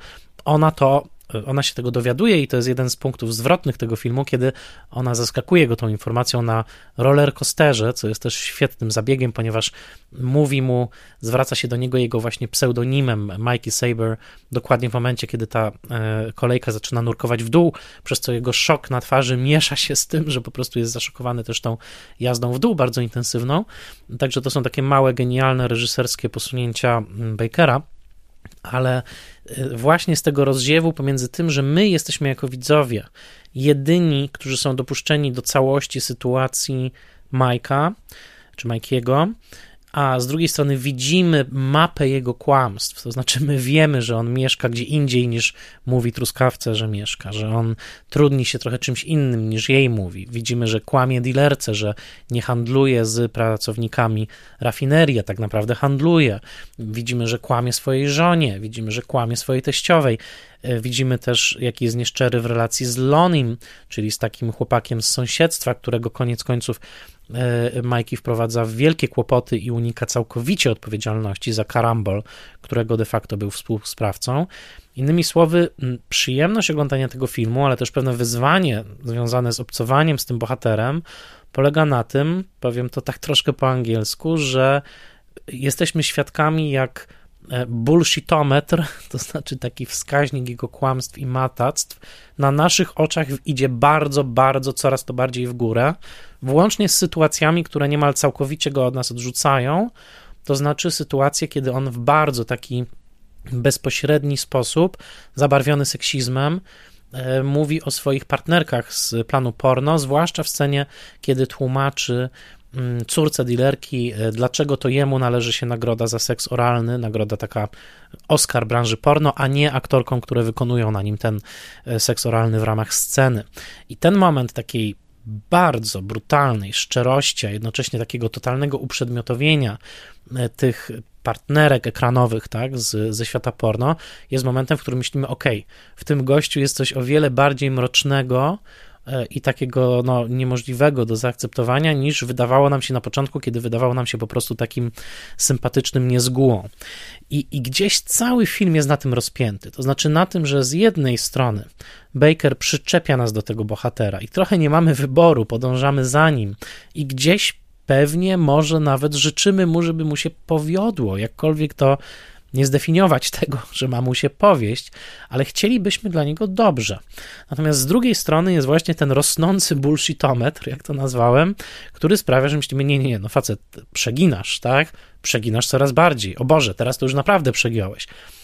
Ona się tego dowiaduje i to jest jeden z punktów zwrotnych tego filmu, kiedy ona zaskakuje go tą informacją na rollercoasterze, co jest też świetnym zabiegiem, ponieważ mówi mu, zwraca się do niego jego właśnie pseudonimem Mikey Saber, dokładnie w momencie, kiedy ta kolejka zaczyna nurkować w dół, przez co jego szok na twarzy miesza się z tym, że po prostu jest zaszokowany też tą jazdą w dół bardzo intensywną. Także to są takie małe, genialne, reżyserskie posunięcia Bakera, ale właśnie z tego rozziewu pomiędzy tym, że my jesteśmy jako widzowie jedyni, którzy są dopuszczeni do całości sytuacji Mike'a, czy Mikey'ego, a z drugiej strony widzimy mapę jego kłamstw, to znaczy my wiemy, że on mieszka gdzie indziej niż mówi truskawce, że mieszka, że on trudni się trochę czymś innym niż jej mówi. Widzimy, że kłamie dealerce, że nie handluje z pracownikami rafinerii, a tak naprawdę handluje. Widzimy, że kłamie swojej żonie, widzimy, że kłamie swojej teściowej. Widzimy też, jaki jest nieszczery w relacji z Lonim, czyli z takim chłopakiem z sąsiedztwa, którego koniec końców Mikey wprowadza w wielkie kłopoty i unika całkowicie odpowiedzialności za karambol, którego de facto był współsprawcą. Innymi słowy, przyjemność oglądania tego filmu, ale też pewne wyzwanie związane z obcowaniem z tym bohaterem polega na tym, powiem to tak troszkę po angielsku, że jesteśmy świadkami, jak bullshitometr, to znaczy taki wskaźnik jego kłamstw i matactw, na naszych oczach idzie bardzo, bardzo, coraz to bardziej w górę, włącznie z sytuacjami, które niemal całkowicie go od nas odrzucają, to znaczy sytuacje, kiedy on w bardzo taki bezpośredni sposób, zabarwiony seksizmem, mówi o swoich partnerkach z planu porno, zwłaszcza w scenie, kiedy tłumaczy córce dealerki, dlaczego to jemu należy się nagroda za seks oralny, nagroda taka Oscar branży porno, a nie aktorkom, które wykonują na nim ten seks oralny w ramach sceny. I ten moment takiej bardzo brutalnej szczerości, a jednocześnie takiego totalnego uprzedmiotowienia tych partnerek ekranowych, tak, ze świata porno, jest momentem, w którym myślimy, w tym gościu jest coś o wiele bardziej mrocznego i takiego niemożliwego do zaakceptowania, niż wydawało nam się na początku, kiedy wydawało nam się po prostu takim sympatycznym niezgółą. I gdzieś cały film jest na tym rozpięty, to znaczy na tym, że z jednej strony Baker przyczepia nas do tego bohatera i trochę nie mamy wyboru, podążamy za nim i gdzieś pewnie może nawet życzymy mu, żeby mu się powiodło, jakkolwiek to nie zdefiniować tego, że ma mu się powieść, ale chcielibyśmy dla niego dobrze. Natomiast z drugiej strony jest właśnie ten rosnący bullshitometr, jak to nazwałem, który sprawia, że myślimy, nie, facet, przeginasz, tak? Przeginasz coraz bardziej. O Boże, teraz to już naprawdę przegiąłeś.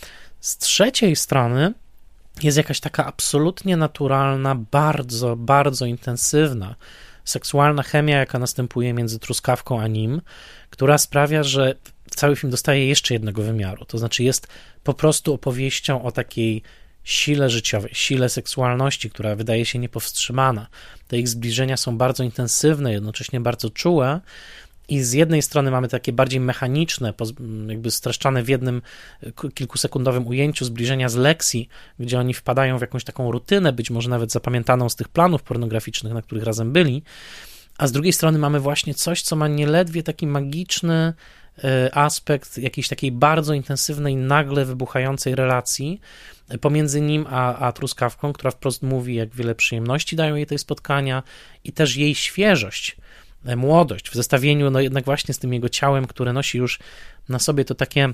Z trzeciej strony jest jakaś taka absolutnie naturalna, bardzo, bardzo intensywna seksualna chemia, jaka następuje między Truskawką a nim, która sprawia, że cały film dostaje jeszcze jednego wymiaru, to znaczy jest po prostu opowieścią o takiej sile życiowej, sile seksualności, która wydaje się niepowstrzymana. Te ich zbliżenia są bardzo intensywne, jednocześnie bardzo czułe i z jednej strony mamy takie bardziej mechaniczne, jakby streszczane w jednym kilkusekundowym ujęciu zbliżenia z Lexi, gdzie oni wpadają w jakąś taką rutynę, być może nawet zapamiętaną z tych planów pornograficznych, na których razem byli, a z drugiej strony mamy właśnie coś, co ma nieledwie taki magiczny aspekt jakiejś takiej bardzo intensywnej, nagle wybuchającej relacji pomiędzy nim a Truskawką, która wprost mówi, jak wiele przyjemności dają jej te spotkania i też jej świeżość, młodość w zestawieniu jednak właśnie z tym jego ciałem, które nosi już na sobie to takie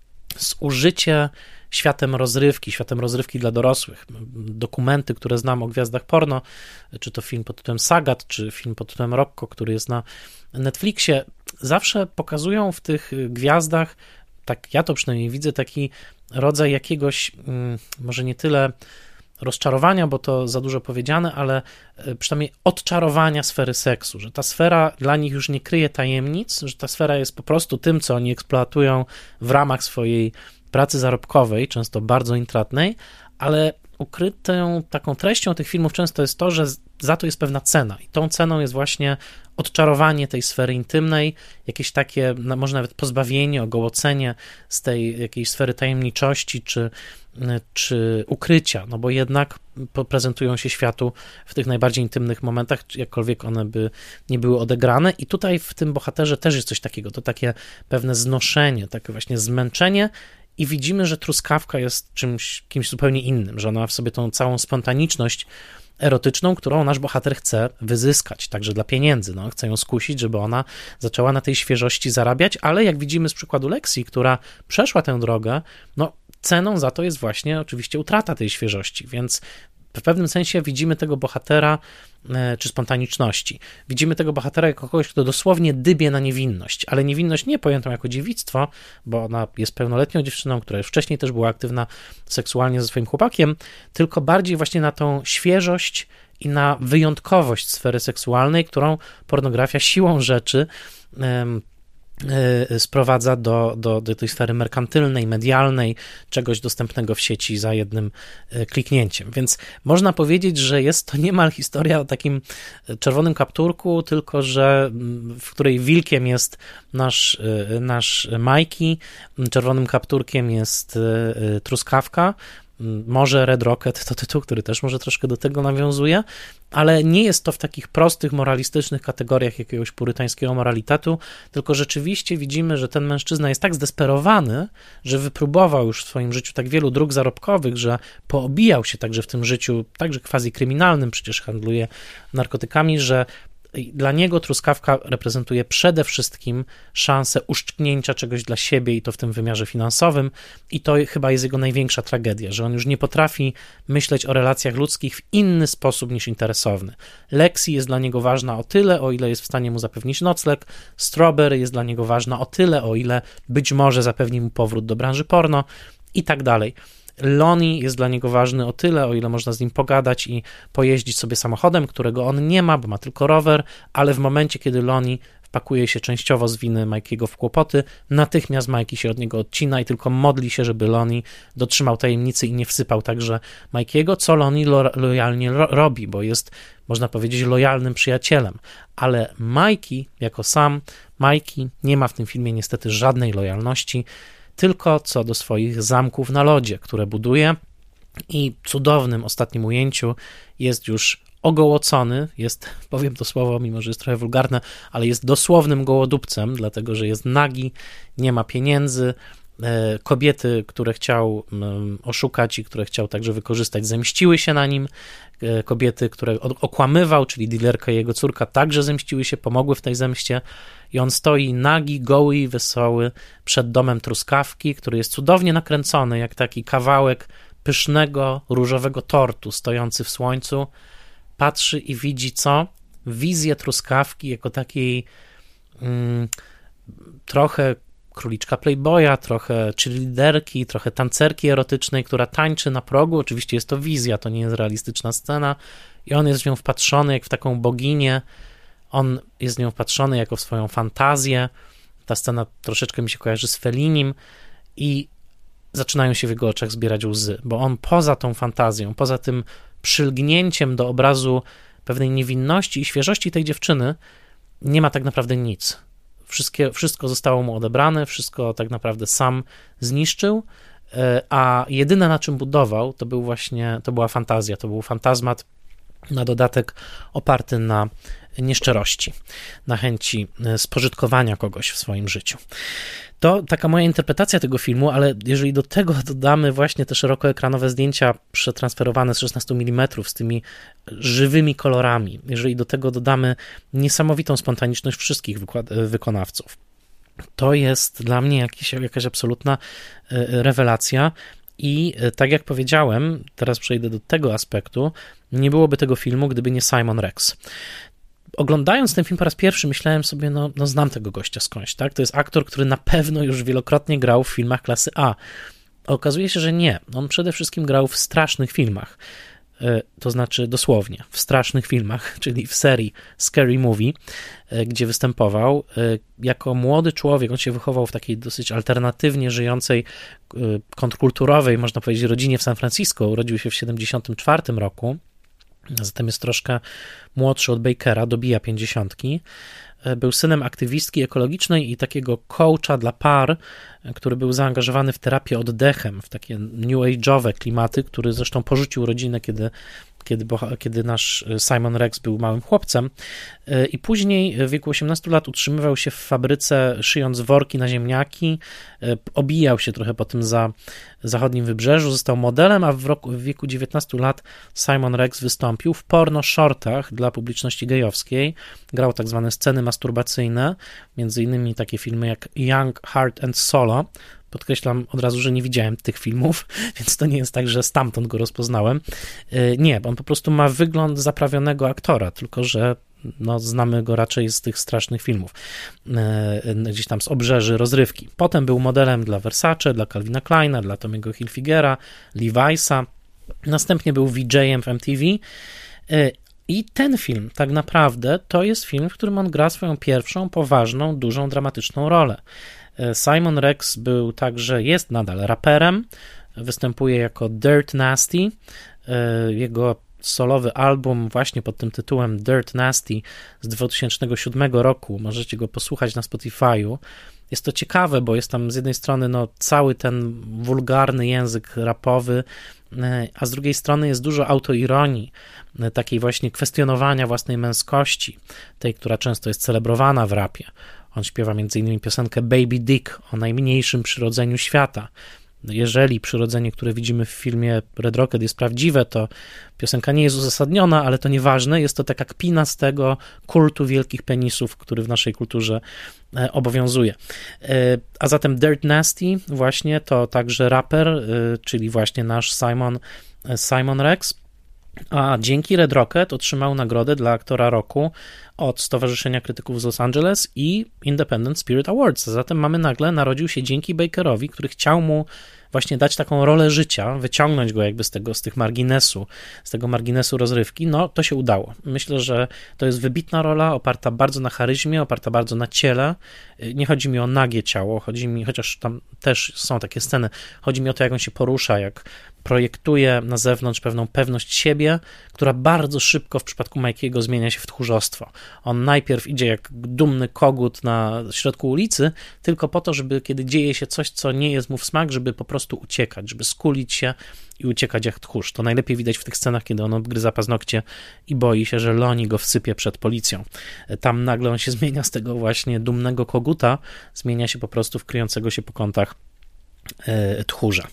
zużycie światem rozrywki dla dorosłych. Dokumenty, które znam o gwiazdach porno, czy to film pod tytułem Sagat, czy film pod tytułem Rocco, który jest na Netflixie, zawsze pokazują w tych gwiazdach, tak ja to przynajmniej widzę, taki rodzaj jakiegoś, może nie tyle rozczarowania, bo to za dużo powiedziane, ale przynajmniej odczarowania sfery seksu, że ta sfera dla nich już nie kryje tajemnic, że ta sfera jest po prostu tym, co oni eksploatują w ramach swojej pracy zarobkowej, często bardzo intratnej, ale ukrytą taką treścią tych filmów często jest to, że za to jest pewna cena i tą ceną jest właśnie odczarowanie tej sfery intymnej, jakieś takie, może nawet pozbawienie, ogołocenie z tej jakiejś sfery tajemniczości czy ukrycia, no bo jednak prezentują się światu w tych najbardziej intymnych momentach, jakkolwiek one by nie były odegrane i tutaj w tym bohaterze też jest coś takiego, to takie pewne znoszenie, takie właśnie zmęczenie i widzimy, że Truskawka jest kimś zupełnie innym, że ona ma w sobie tą całą spontaniczność erotyczną, którą nasz bohater chce wyzyskać, także dla pieniędzy. Chce ją skusić, żeby ona zaczęła na tej świeżości zarabiać, ale jak widzimy z przykładu Lexi, która przeszła tę drogę, ceną za to jest właśnie oczywiście utrata tej świeżości, więc w pewnym sensie widzimy tego bohatera, czy spontaniczności, widzimy tego bohatera jako kogoś, kto dosłownie dybie na niewinność, ale niewinność nie pojętą jako dziewictwo, bo ona jest pełnoletnią dziewczyną, która już wcześniej też była aktywna seksualnie ze swoim chłopakiem, tylko bardziej właśnie na tą świeżość i na wyjątkowość sfery seksualnej, którą pornografia siłą rzeczy sprowadza do tej sfery merkantylnej, medialnej, czegoś dostępnego w sieci za jednym kliknięciem. Więc można powiedzieć, że jest to niemal historia o takim czerwonym kapturku, tylko że w której wilkiem jest nasz Mikey, czerwonym kapturkiem jest Truskawka, Może Red Rocket to tytuł, który też może troszkę do tego nawiązuje, ale nie jest to w takich prostych, moralistycznych kategoriach jakiegoś purytańskiego moralitetu, tylko rzeczywiście widzimy, że ten mężczyzna jest tak zdesperowany, że wypróbował już w swoim życiu tak wielu dróg zarobkowych, że poobijał się także w tym życiu, także quasi kryminalnym, przecież handluje narkotykami, że dla niego truskawka reprezentuje przede wszystkim szansę uszczknięcia czegoś dla siebie i to w tym wymiarze finansowym i to chyba jest jego największa tragedia, że on już nie potrafi myśleć o relacjach ludzkich w inny sposób niż interesowny. Lexi jest dla niego ważna o tyle, o ile jest w stanie mu zapewnić nocleg, Strawberry jest dla niego ważna o tyle, o ile być może zapewni mu powrót do branży porno i tak dalej. Lonnie jest dla niego ważny o tyle, o ile można z nim pogadać i pojeździć sobie samochodem, którego on nie ma, bo ma tylko rower, ale w momencie, kiedy Lonnie wpakuje się częściowo z winy Mikey'ego w kłopoty, natychmiast Mikey się od niego odcina i tylko modli się, żeby Lonnie dotrzymał tajemnicy i nie wsypał także Mikey'ego, co Lonnie lojalnie robi, bo jest, można powiedzieć, lojalnym przyjacielem. Ale Mikey, jako sam Mikey, nie ma w tym filmie niestety żadnej lojalności, tylko co do swoich zamków na lodzie, które buduje i w cudownym ostatnim ujęciu jest już ogołocony, jest, powiem to słowo, mimo że jest trochę wulgarne, ale jest dosłownym gołodupcem, dlatego że jest nagi, nie ma pieniędzy, kobiety, które chciał oszukać i które chciał także wykorzystać, zemściły się na nim, kobiety, które okłamywał, czyli dealerka i jego córka, także zemściły się, pomogły w tej zemście i on stoi nagi, goły i wesoły przed domem truskawki, który jest cudownie nakręcony, jak taki kawałek pysznego, różowego tortu stojący w słońcu, patrzy i widzi co? Wizję truskawki jako takiej trochę króliczka Playboya, trochę cheerleaderki, trochę tancerki erotycznej, która tańczy na progu. Oczywiście jest to wizja, to nie jest realistyczna scena i on jest w nią wpatrzony jak w taką boginię, on jest w nią wpatrzony jako w swoją fantazję. Ta scena troszeczkę mi się kojarzy z Fellinim i zaczynają się w jego oczach zbierać łzy, bo on poza tą fantazją, poza tym przylgnięciem do obrazu pewnej niewinności i świeżości tej dziewczyny nie ma tak naprawdę nic. Wszystko zostało mu odebrane, wszystko tak naprawdę sam zniszczył, a jedyne na czym budował to była fantazja, to był fantazmat na dodatek oparty na nieszczerości, na chęci spożytkowania kogoś w swoim życiu. To taka moja interpretacja tego filmu, ale jeżeli do tego dodamy właśnie te szerokoekranowe zdjęcia przetransferowane z 16 mm z tymi żywymi kolorami, jeżeli do tego dodamy niesamowitą spontaniczność wszystkich wykonawców, to jest dla mnie jakaś absolutna rewelacja i tak jak powiedziałem, teraz przejdę do tego aspektu, nie byłoby tego filmu, gdyby nie Simon Rex. Oglądając ten film po raz pierwszy myślałem sobie, no znam tego gościa skądś, tak? To jest aktor, który na pewno już wielokrotnie grał w filmach klasy A. Okazuje się, że nie. On przede wszystkim grał w strasznych filmach, to znaczy dosłownie w strasznych filmach, czyli w serii Scary Movie, gdzie występował. Jako młody człowiek, on się wychował w takiej dosyć alternatywnie żyjącej, kontrkulturowej, można powiedzieć, rodzinie w San Francisco. Urodził się w 1974 roku. Zatem jest troszkę młodszy od Bakera, dobija 50. Był synem aktywistki ekologicznej i takiego coacha dla par, który był zaangażowany w terapię oddechem, w takie new age'owe klimaty, który zresztą porzucił rodzinę, kiedy nasz Simon Rex był małym chłopcem i później w wieku 18 lat utrzymywał się w fabryce, szyjąc worki na ziemniaki, obijał się trochę po tym zachodnim wybrzeżu, został modelem, a w wieku 19 lat Simon Rex wystąpił w porno shortach dla publiczności gejowskiej, grał tak zwane sceny masturbacyjne, między innymi takie filmy jak Young, Heart and Solo. Podkreślam od razu, że nie widziałem tych filmów, więc to nie jest tak, że stamtąd go rozpoznałem. Nie, on po prostu ma wygląd zaprawionego aktora, tylko że znamy go raczej z tych strasznych filmów, gdzieś tam z obrzeży rozrywki. Potem był modelem dla Versace, dla Calvina Kleina, dla Tommy'ego Hilfigera, Levi'sa. Następnie był VJ-em w MTV. I ten film tak naprawdę to jest film, w którym on gra swoją pierwszą, poważną, dużą, dramatyczną rolę. Simon Rex jest nadal raperem, występuje jako Dirt Nasty. Jego solowy album właśnie pod tym tytułem Dirt Nasty z 2007 roku, możecie go posłuchać na Spotify'u, jest to ciekawe, bo jest tam z jednej strony cały ten wulgarny język rapowy, a z drugiej strony jest dużo autoironii, takiej właśnie kwestionowania własnej męskości, tej, która często jest celebrowana w rapie. On śpiewa m.in. piosenkę Baby Dick o najmniejszym przyrodzeniu świata. Jeżeli przyrodzenie, które widzimy w filmie Red Rocket jest prawdziwe, to piosenka nie jest uzasadniona, ale to nieważne, jest to taka kpina z tego kultu wielkich penisów, który w naszej kulturze obowiązuje. A zatem Dirt Nasty właśnie to także raper, czyli właśnie nasz Simon Rex, a dzięki Red Rocket otrzymał nagrodę dla aktora roku od Stowarzyszenia Krytyków z Los Angeles i Independent Spirit Awards. Zatem nagle narodził się dzięki Bakerowi, który chciał mu właśnie dać taką rolę życia, wyciągnąć go jakby z tego marginesu rozrywki. To się udało. Myślę, że to jest wybitna rola, oparta bardzo na charyzmie, oparta bardzo na ciele. Nie chodzi mi o nagie ciało, chociaż tam też są takie sceny, chodzi mi o to, jak on się porusza, jak projektuje na zewnątrz pewną pewność siebie, która bardzo szybko w przypadku Mikey'ego zmienia się w tchórzostwo. On najpierw idzie jak dumny kogut na środku ulicy, tylko po to, żeby kiedy dzieje się coś, co nie jest mu w smak, żeby po prostu uciekać, żeby skulić się i uciekać jak tchórz. To najlepiej widać w tych scenach, kiedy on obgryza paznokcie i boi się, że Loni go wsypie przed policją. Tam nagle on się zmienia z tego właśnie dumnego koguta, zmienia się po prostu w kryjącego się po kątach tchórza.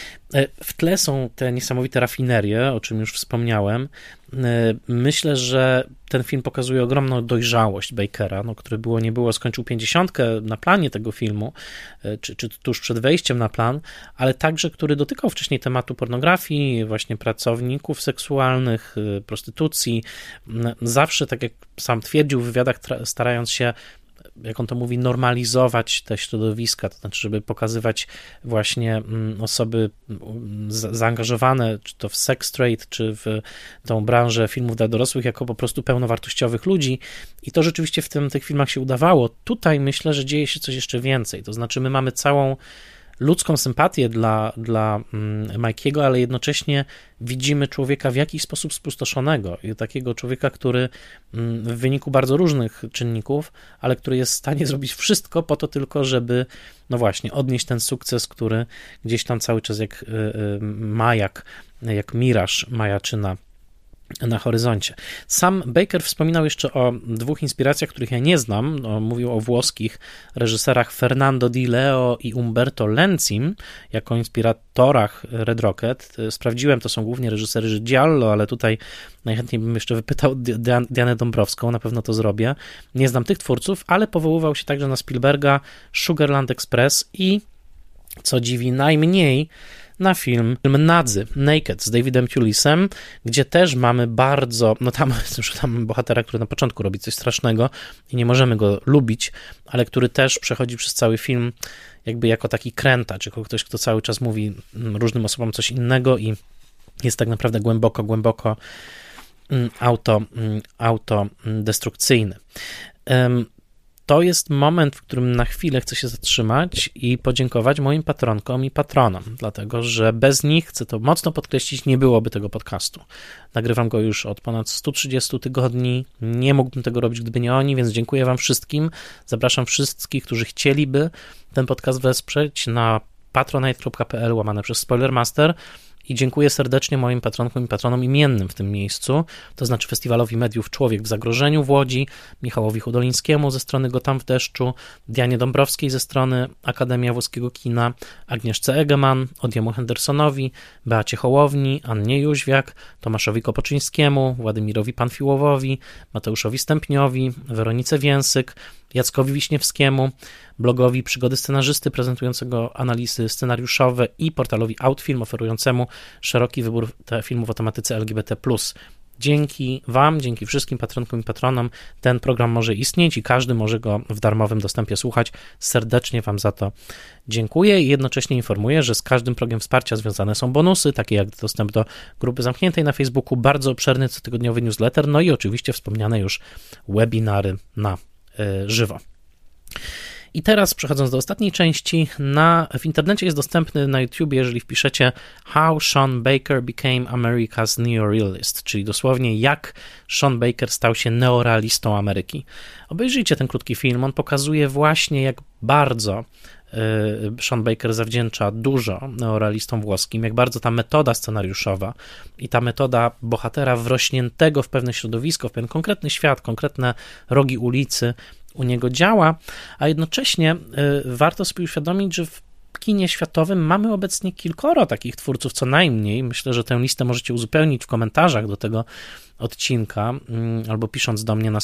W tle są te niesamowite rafinerie, o czym już wspomniałem. Myślę, że ten film pokazuje ogromną dojrzałość Bakera, który było nie było skończył 50 na planie tego filmu, czy tuż przed wejściem na plan, ale także, który dotykał wcześniej tematu pornografii, właśnie pracowników seksualnych, prostytucji. Zawsze, tak jak sam twierdził w wywiadach, starając się, jak on to mówi, normalizować te środowiska, to znaczy, żeby pokazywać właśnie osoby zaangażowane, czy to w sex trade, czy w tą branżę filmów dla dorosłych, jako po prostu pełnowartościowych ludzi i to rzeczywiście w tych filmach się udawało. Tutaj myślę, że dzieje się coś jeszcze więcej, to znaczy my mamy całą ludzką sympatię dla Mikey'ego, ale jednocześnie widzimy człowieka w jakiś sposób spustoszonego i takiego człowieka, który w wyniku bardzo różnych czynników, ale który jest w stanie zrobić wszystko po to tylko, żeby właśnie odnieść ten sukces, który gdzieś tam cały czas jak majak, jak miraż majaczy na horyzoncie. Sam Baker wspominał jeszcze o dwóch inspiracjach, których ja nie znam. Mówił o włoskich reżyserach Fernando Di Leo i Umberto Lenzim jako inspiratorach Red Rocket. Sprawdziłem, to są głównie reżyserzy Giallo, ale tutaj najchętniej bym jeszcze wypytał Dianę Dąbrowską, na pewno to zrobię. Nie znam tych twórców, ale powoływał się także na Spielberga, Sugarland Express i, co dziwi najmniej, na film Nadzy, Naked z Davidem Tulisem, gdzie też mamy bardzo, tam bohatera, który na początku robi coś strasznego i nie możemy go lubić, ale który też przechodzi przez cały film jakby jako taki krętacz, jako ktoś, kto cały czas mówi różnym osobom coś innego i jest tak naprawdę głęboko autodestrukcyjny. To jest moment, w którym na chwilę chcę się zatrzymać i podziękować moim patronkom i patronom, dlatego że bez nich, chcę to mocno podkreślić, nie byłoby tego podcastu. Nagrywam go już od ponad 130 tygodni, nie mógłbym tego robić, gdyby nie oni, więc dziękuję wam wszystkim. Zapraszam wszystkich, którzy chcieliby ten podcast wesprzeć na patronite.pl/Spoilermaster. I dziękuję serdecznie moim patronkom i patronom imiennym w tym miejscu, to znaczy Festiwalowi Mediów Człowiek w Zagrożeniu w Łodzi, Michałowi Hudolińskiemu ze strony Gotam w deszczu, Dianie Dąbrowskiej ze strony Akademia Włoskiego Kina, Agnieszce Egeman, Odiemu Hendersonowi, Beacie Hołowni, Annie Jóźwiak, Tomaszowi Kopoczyńskiemu, Władimirowi Panfiłowowi, Mateuszowi Stępniowi, Weronice Więsyk, Jackowi Wiśniewskiemu, blogowi Przygody Scenarzysty prezentującego analizy scenariuszowe i portalowi Outfilm oferującemu szeroki wybór filmów o tematyce LGBT+. Dzięki wam, dzięki wszystkim patronkom i patronom ten program może istnieć i każdy może go w darmowym dostępie słuchać. Serdecznie wam za to dziękuję i jednocześnie informuję, że z każdym progiem wsparcia związane są bonusy, takie jak dostęp do grupy zamkniętej na Facebooku, bardzo obszerny cotygodniowy newsletter, no i oczywiście wspomniane już webinary na żywo. I teraz przechodząc do ostatniej części, w internecie jest dostępny na YouTube, jeżeli wpiszecie How Sean Baker Became America's Neorealist, czyli dosłownie jak Sean Baker stał się neorealistą Ameryki. Obejrzyjcie ten krótki film, on pokazuje właśnie jak bardzo Sean Baker zawdzięcza dużo neorealistom włoskim, jak bardzo ta metoda scenariuszowa i ta metoda bohatera wrośniętego w pewne środowisko, w pewien konkretny świat, konkretne rogi ulicy u niego działa, a jednocześnie warto sobie uświadomić, że w kinie światowym mamy obecnie kilkoro takich twórców co najmniej. Myślę, że tę listę możecie uzupełnić w komentarzach do tego odcinka albo pisząc do mnie na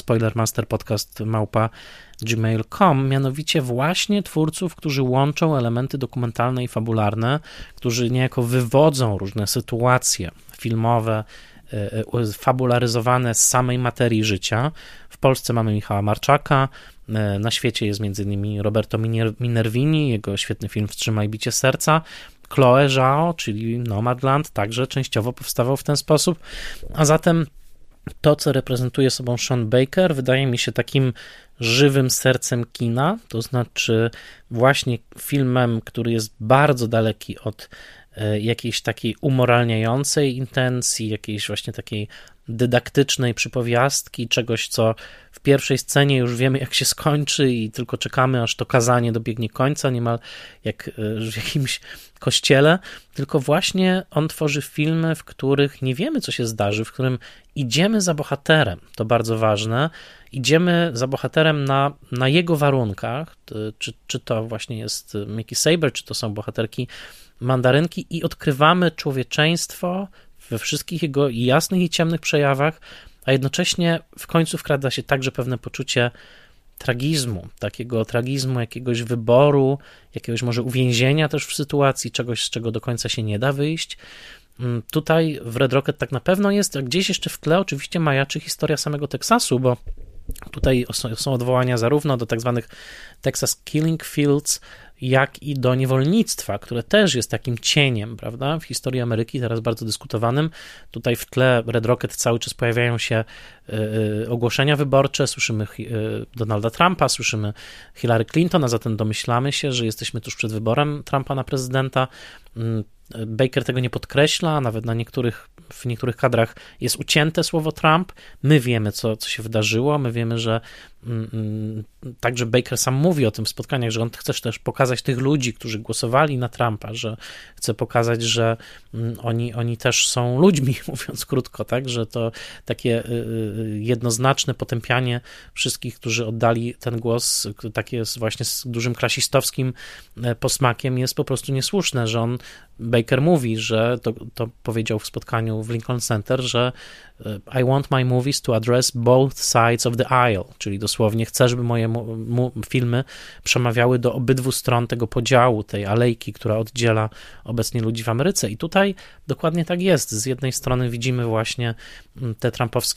spoilermasterpodcast@gmail.com, mianowicie właśnie twórców, którzy łączą elementy dokumentalne i fabularne, którzy niejako wywodzą różne sytuacje filmowe, fabularyzowane z samej materii życia. W Polsce mamy Michała Marczaka, na świecie jest m.in. Roberto Minervini, jego świetny film Wstrzymaj bicie serca, Chloe Zhao, czyli Nomadland, także częściowo powstawał w ten sposób, a zatem to, co reprezentuje sobą Sean Baker, wydaje mi się takim żywym sercem kina, to znaczy właśnie filmem, który jest bardzo daleki od jakiejś takiej umoralniającej intencji, jakiejś właśnie takiej dydaktycznej przypowiastki, czegoś, co w pierwszej scenie już wiemy, jak się skończy i tylko czekamy, aż to kazanie dobiegnie końca, niemal jak w jakimś kościele, tylko właśnie on tworzy filmy, w których nie wiemy, co się zdarzy, w którym idziemy za bohaterem, to bardzo ważne, idziemy za bohaterem na jego warunkach, czy to właśnie jest Mickey Saber, czy to są bohaterki Mandarynki i odkrywamy człowieczeństwo we wszystkich jego jasnych i ciemnych przejawach, a jednocześnie w końcu wkrada się także pewne poczucie tragizmu, takiego tragizmu, jakiegoś wyboru, jakiegoś może uwięzienia też w sytuacji, czegoś, z czego do końca się nie da wyjść. Tutaj w Red Rocket tak na pewno jest, a gdzieś jeszcze w tle oczywiście majaczy historia samego Teksasu, bo tutaj są odwołania zarówno do tak zwanych Texas Killing Fields, jak i do niewolnictwa, które też jest takim cieniem, prawda, w historii Ameryki, teraz bardzo dyskutowanym. Tutaj w tle Red Rocket cały czas pojawiają się ogłoszenia wyborcze, słyszymy Donalda Trumpa, słyszymy Hillary Clinton, a zatem domyślamy się, że jesteśmy tuż przed wyborem Trumpa na prezydenta. Baker tego nie podkreśla, nawet w niektórych kadrach jest ucięte słowo Trump. My wiemy, co się wydarzyło, my wiemy, że także Baker sam mówi o tym w spotkaniach, że on chce też pokazać tych ludzi, którzy głosowali na Trumpa, że chce pokazać, że oni też są ludźmi, mówiąc krótko, tak, że to takie jednoznaczne potępianie wszystkich, którzy oddali ten głos, takie właśnie z dużym klasistowskim posmakiem, jest po prostu niesłuszne, że Baker mówi, że to powiedział w spotkaniu w Lincoln Center, że I want my movies to address both sides of the aisle, czyli dosłownie chcę, żeby moje filmy przemawiały do obydwu stron tego podziału, tej alejki, która oddziela obecnie ludzi w Ameryce. I tutaj dokładnie tak jest. Z jednej strony widzimy właśnie tę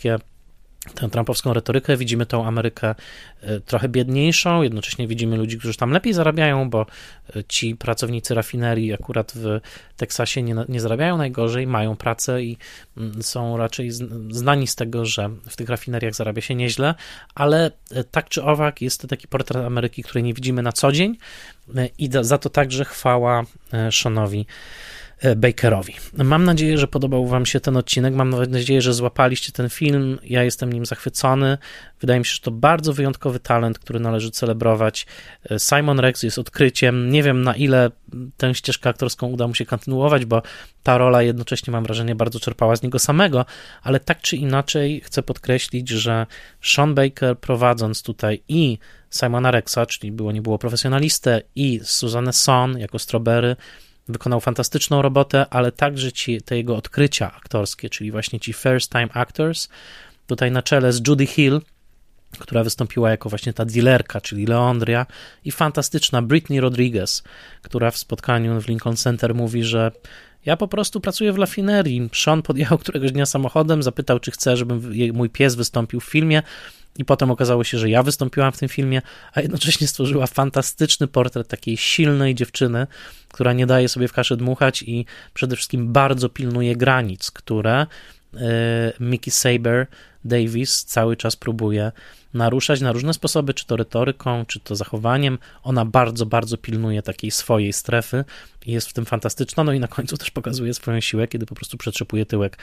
trumpowską retorykę, widzimy tą Amerykę trochę biedniejszą, jednocześnie widzimy ludzi, którzy tam lepiej zarabiają, bo ci pracownicy rafinerii akurat w Teksasie nie zarabiają najgorzej, mają pracę i są raczej znani z tego, że w tych rafineriach zarabia się nieźle, ale tak czy owak jest to taki portret Ameryki, który nie widzimy na co dzień i za to także chwała Seanowi Bakerowi. Mam nadzieję, że podobał wam się ten odcinek, mam nadzieję, że złapaliście ten film, ja jestem nim zachwycony, wydaje mi się, że to bardzo wyjątkowy talent, który należy celebrować. Simon Rex jest odkryciem, nie wiem na ile tę ścieżkę aktorską uda mu się kontynuować, bo ta rola jednocześnie, mam wrażenie, bardzo czerpała z niego samego, ale tak czy inaczej chcę podkreślić, że Sean Baker, prowadząc tutaj i Simona Rexa, czyli nie było profesjonalistę, i Suzannę Son jako Strawberry, wykonał fantastyczną robotę, ale także te jego odkrycia aktorskie, czyli właśnie ci first time actors, tutaj na czele z Judy Hill, która wystąpiła jako właśnie ta dealerka, czyli Leandria, i fantastyczna Brittany Rodriguez, która w spotkaniu w Lincoln Center mówi, że ja po prostu pracuję w rafinerii. Sean podjechał któregoś dnia samochodem, zapytał, czy chce, żeby mój pies wystąpił w filmie, i potem okazało się, że ja wystąpiłam w tym filmie, a jednocześnie stworzyła fantastyczny portret takiej silnej dziewczyny, która nie daje sobie w kaszę dmuchać i przede wszystkim bardzo pilnuje granic, które Mickey Saber Davis cały czas próbuje naruszać na różne sposoby, czy to retoryką, czy to zachowaniem. Ona bardzo, bardzo pilnuje takiej swojej strefy i jest w tym fantastyczna, no i na końcu też pokazuje swoją siłę, kiedy po prostu przetrzepuje tyłek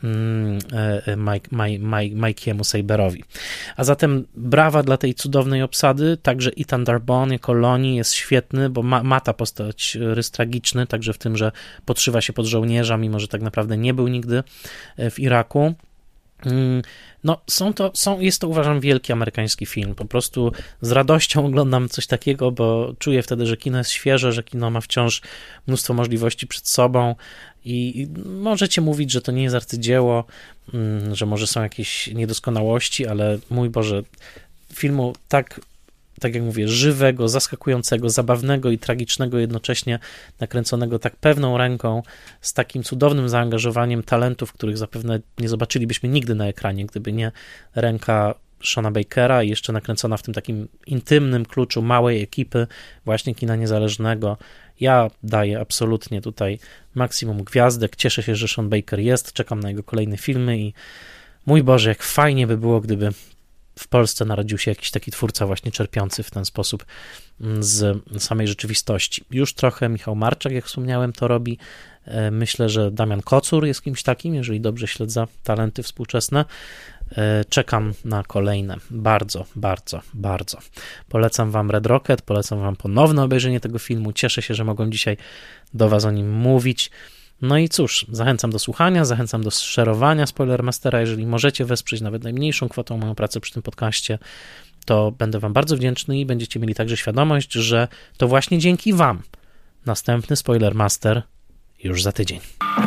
Mikey'emu Saberowi. A zatem brawa dla tej cudownej obsady, także Ethan Darbone jako Lonnie jest świetny, bo ma ta postać rys tragiczny, także w tym, że podszywa się pod żołnierza, mimo że tak naprawdę nie był nigdy w Iraku. No, jest to, uważam, wielki amerykański film. Po prostu z radością oglądam coś takiego, bo czuję wtedy, że kino jest świeże, że kino ma wciąż mnóstwo możliwości przed sobą i możecie mówić, że to nie jest arcydzieło, że może są jakieś niedoskonałości, ale mój Boże, filmu tak jak mówię, żywego, zaskakującego, zabawnego i tragicznego, jednocześnie nakręconego tak pewną ręką, z takim cudownym zaangażowaniem talentów, których zapewne nie zobaczylibyśmy nigdy na ekranie, gdyby nie ręka Seana Bakera i jeszcze nakręcona w tym takim intymnym kluczu małej ekipy właśnie kina niezależnego. Ja daję absolutnie tutaj maksimum gwiazdek, cieszę się, że Sean Baker jest, czekam na jego kolejne filmy i mój Boże, jak fajnie by było, gdyby w Polsce narodził się jakiś taki twórca właśnie czerpiący w ten sposób z samej rzeczywistości. Już trochę Michał Marczak, jak wspomniałem, to robi. Myślę, że Damian Kocur jest kimś takim, jeżeli dobrze śledzę talenty współczesne. Czekam na kolejne. Bardzo, bardzo, bardzo. Polecam wam Red Rocket, polecam wam ponowne obejrzenie tego filmu. Cieszę się, że mogłem dzisiaj do was o nim mówić. No i cóż, zachęcam do słuchania, zachęcam do szerowania Spoilermastera. Jeżeli możecie wesprzeć nawet najmniejszą kwotą moją pracę przy tym podcaście, to będę wam bardzo wdzięczny i będziecie mieli także świadomość, że to właśnie dzięki wam następny Spoilermaster już za tydzień.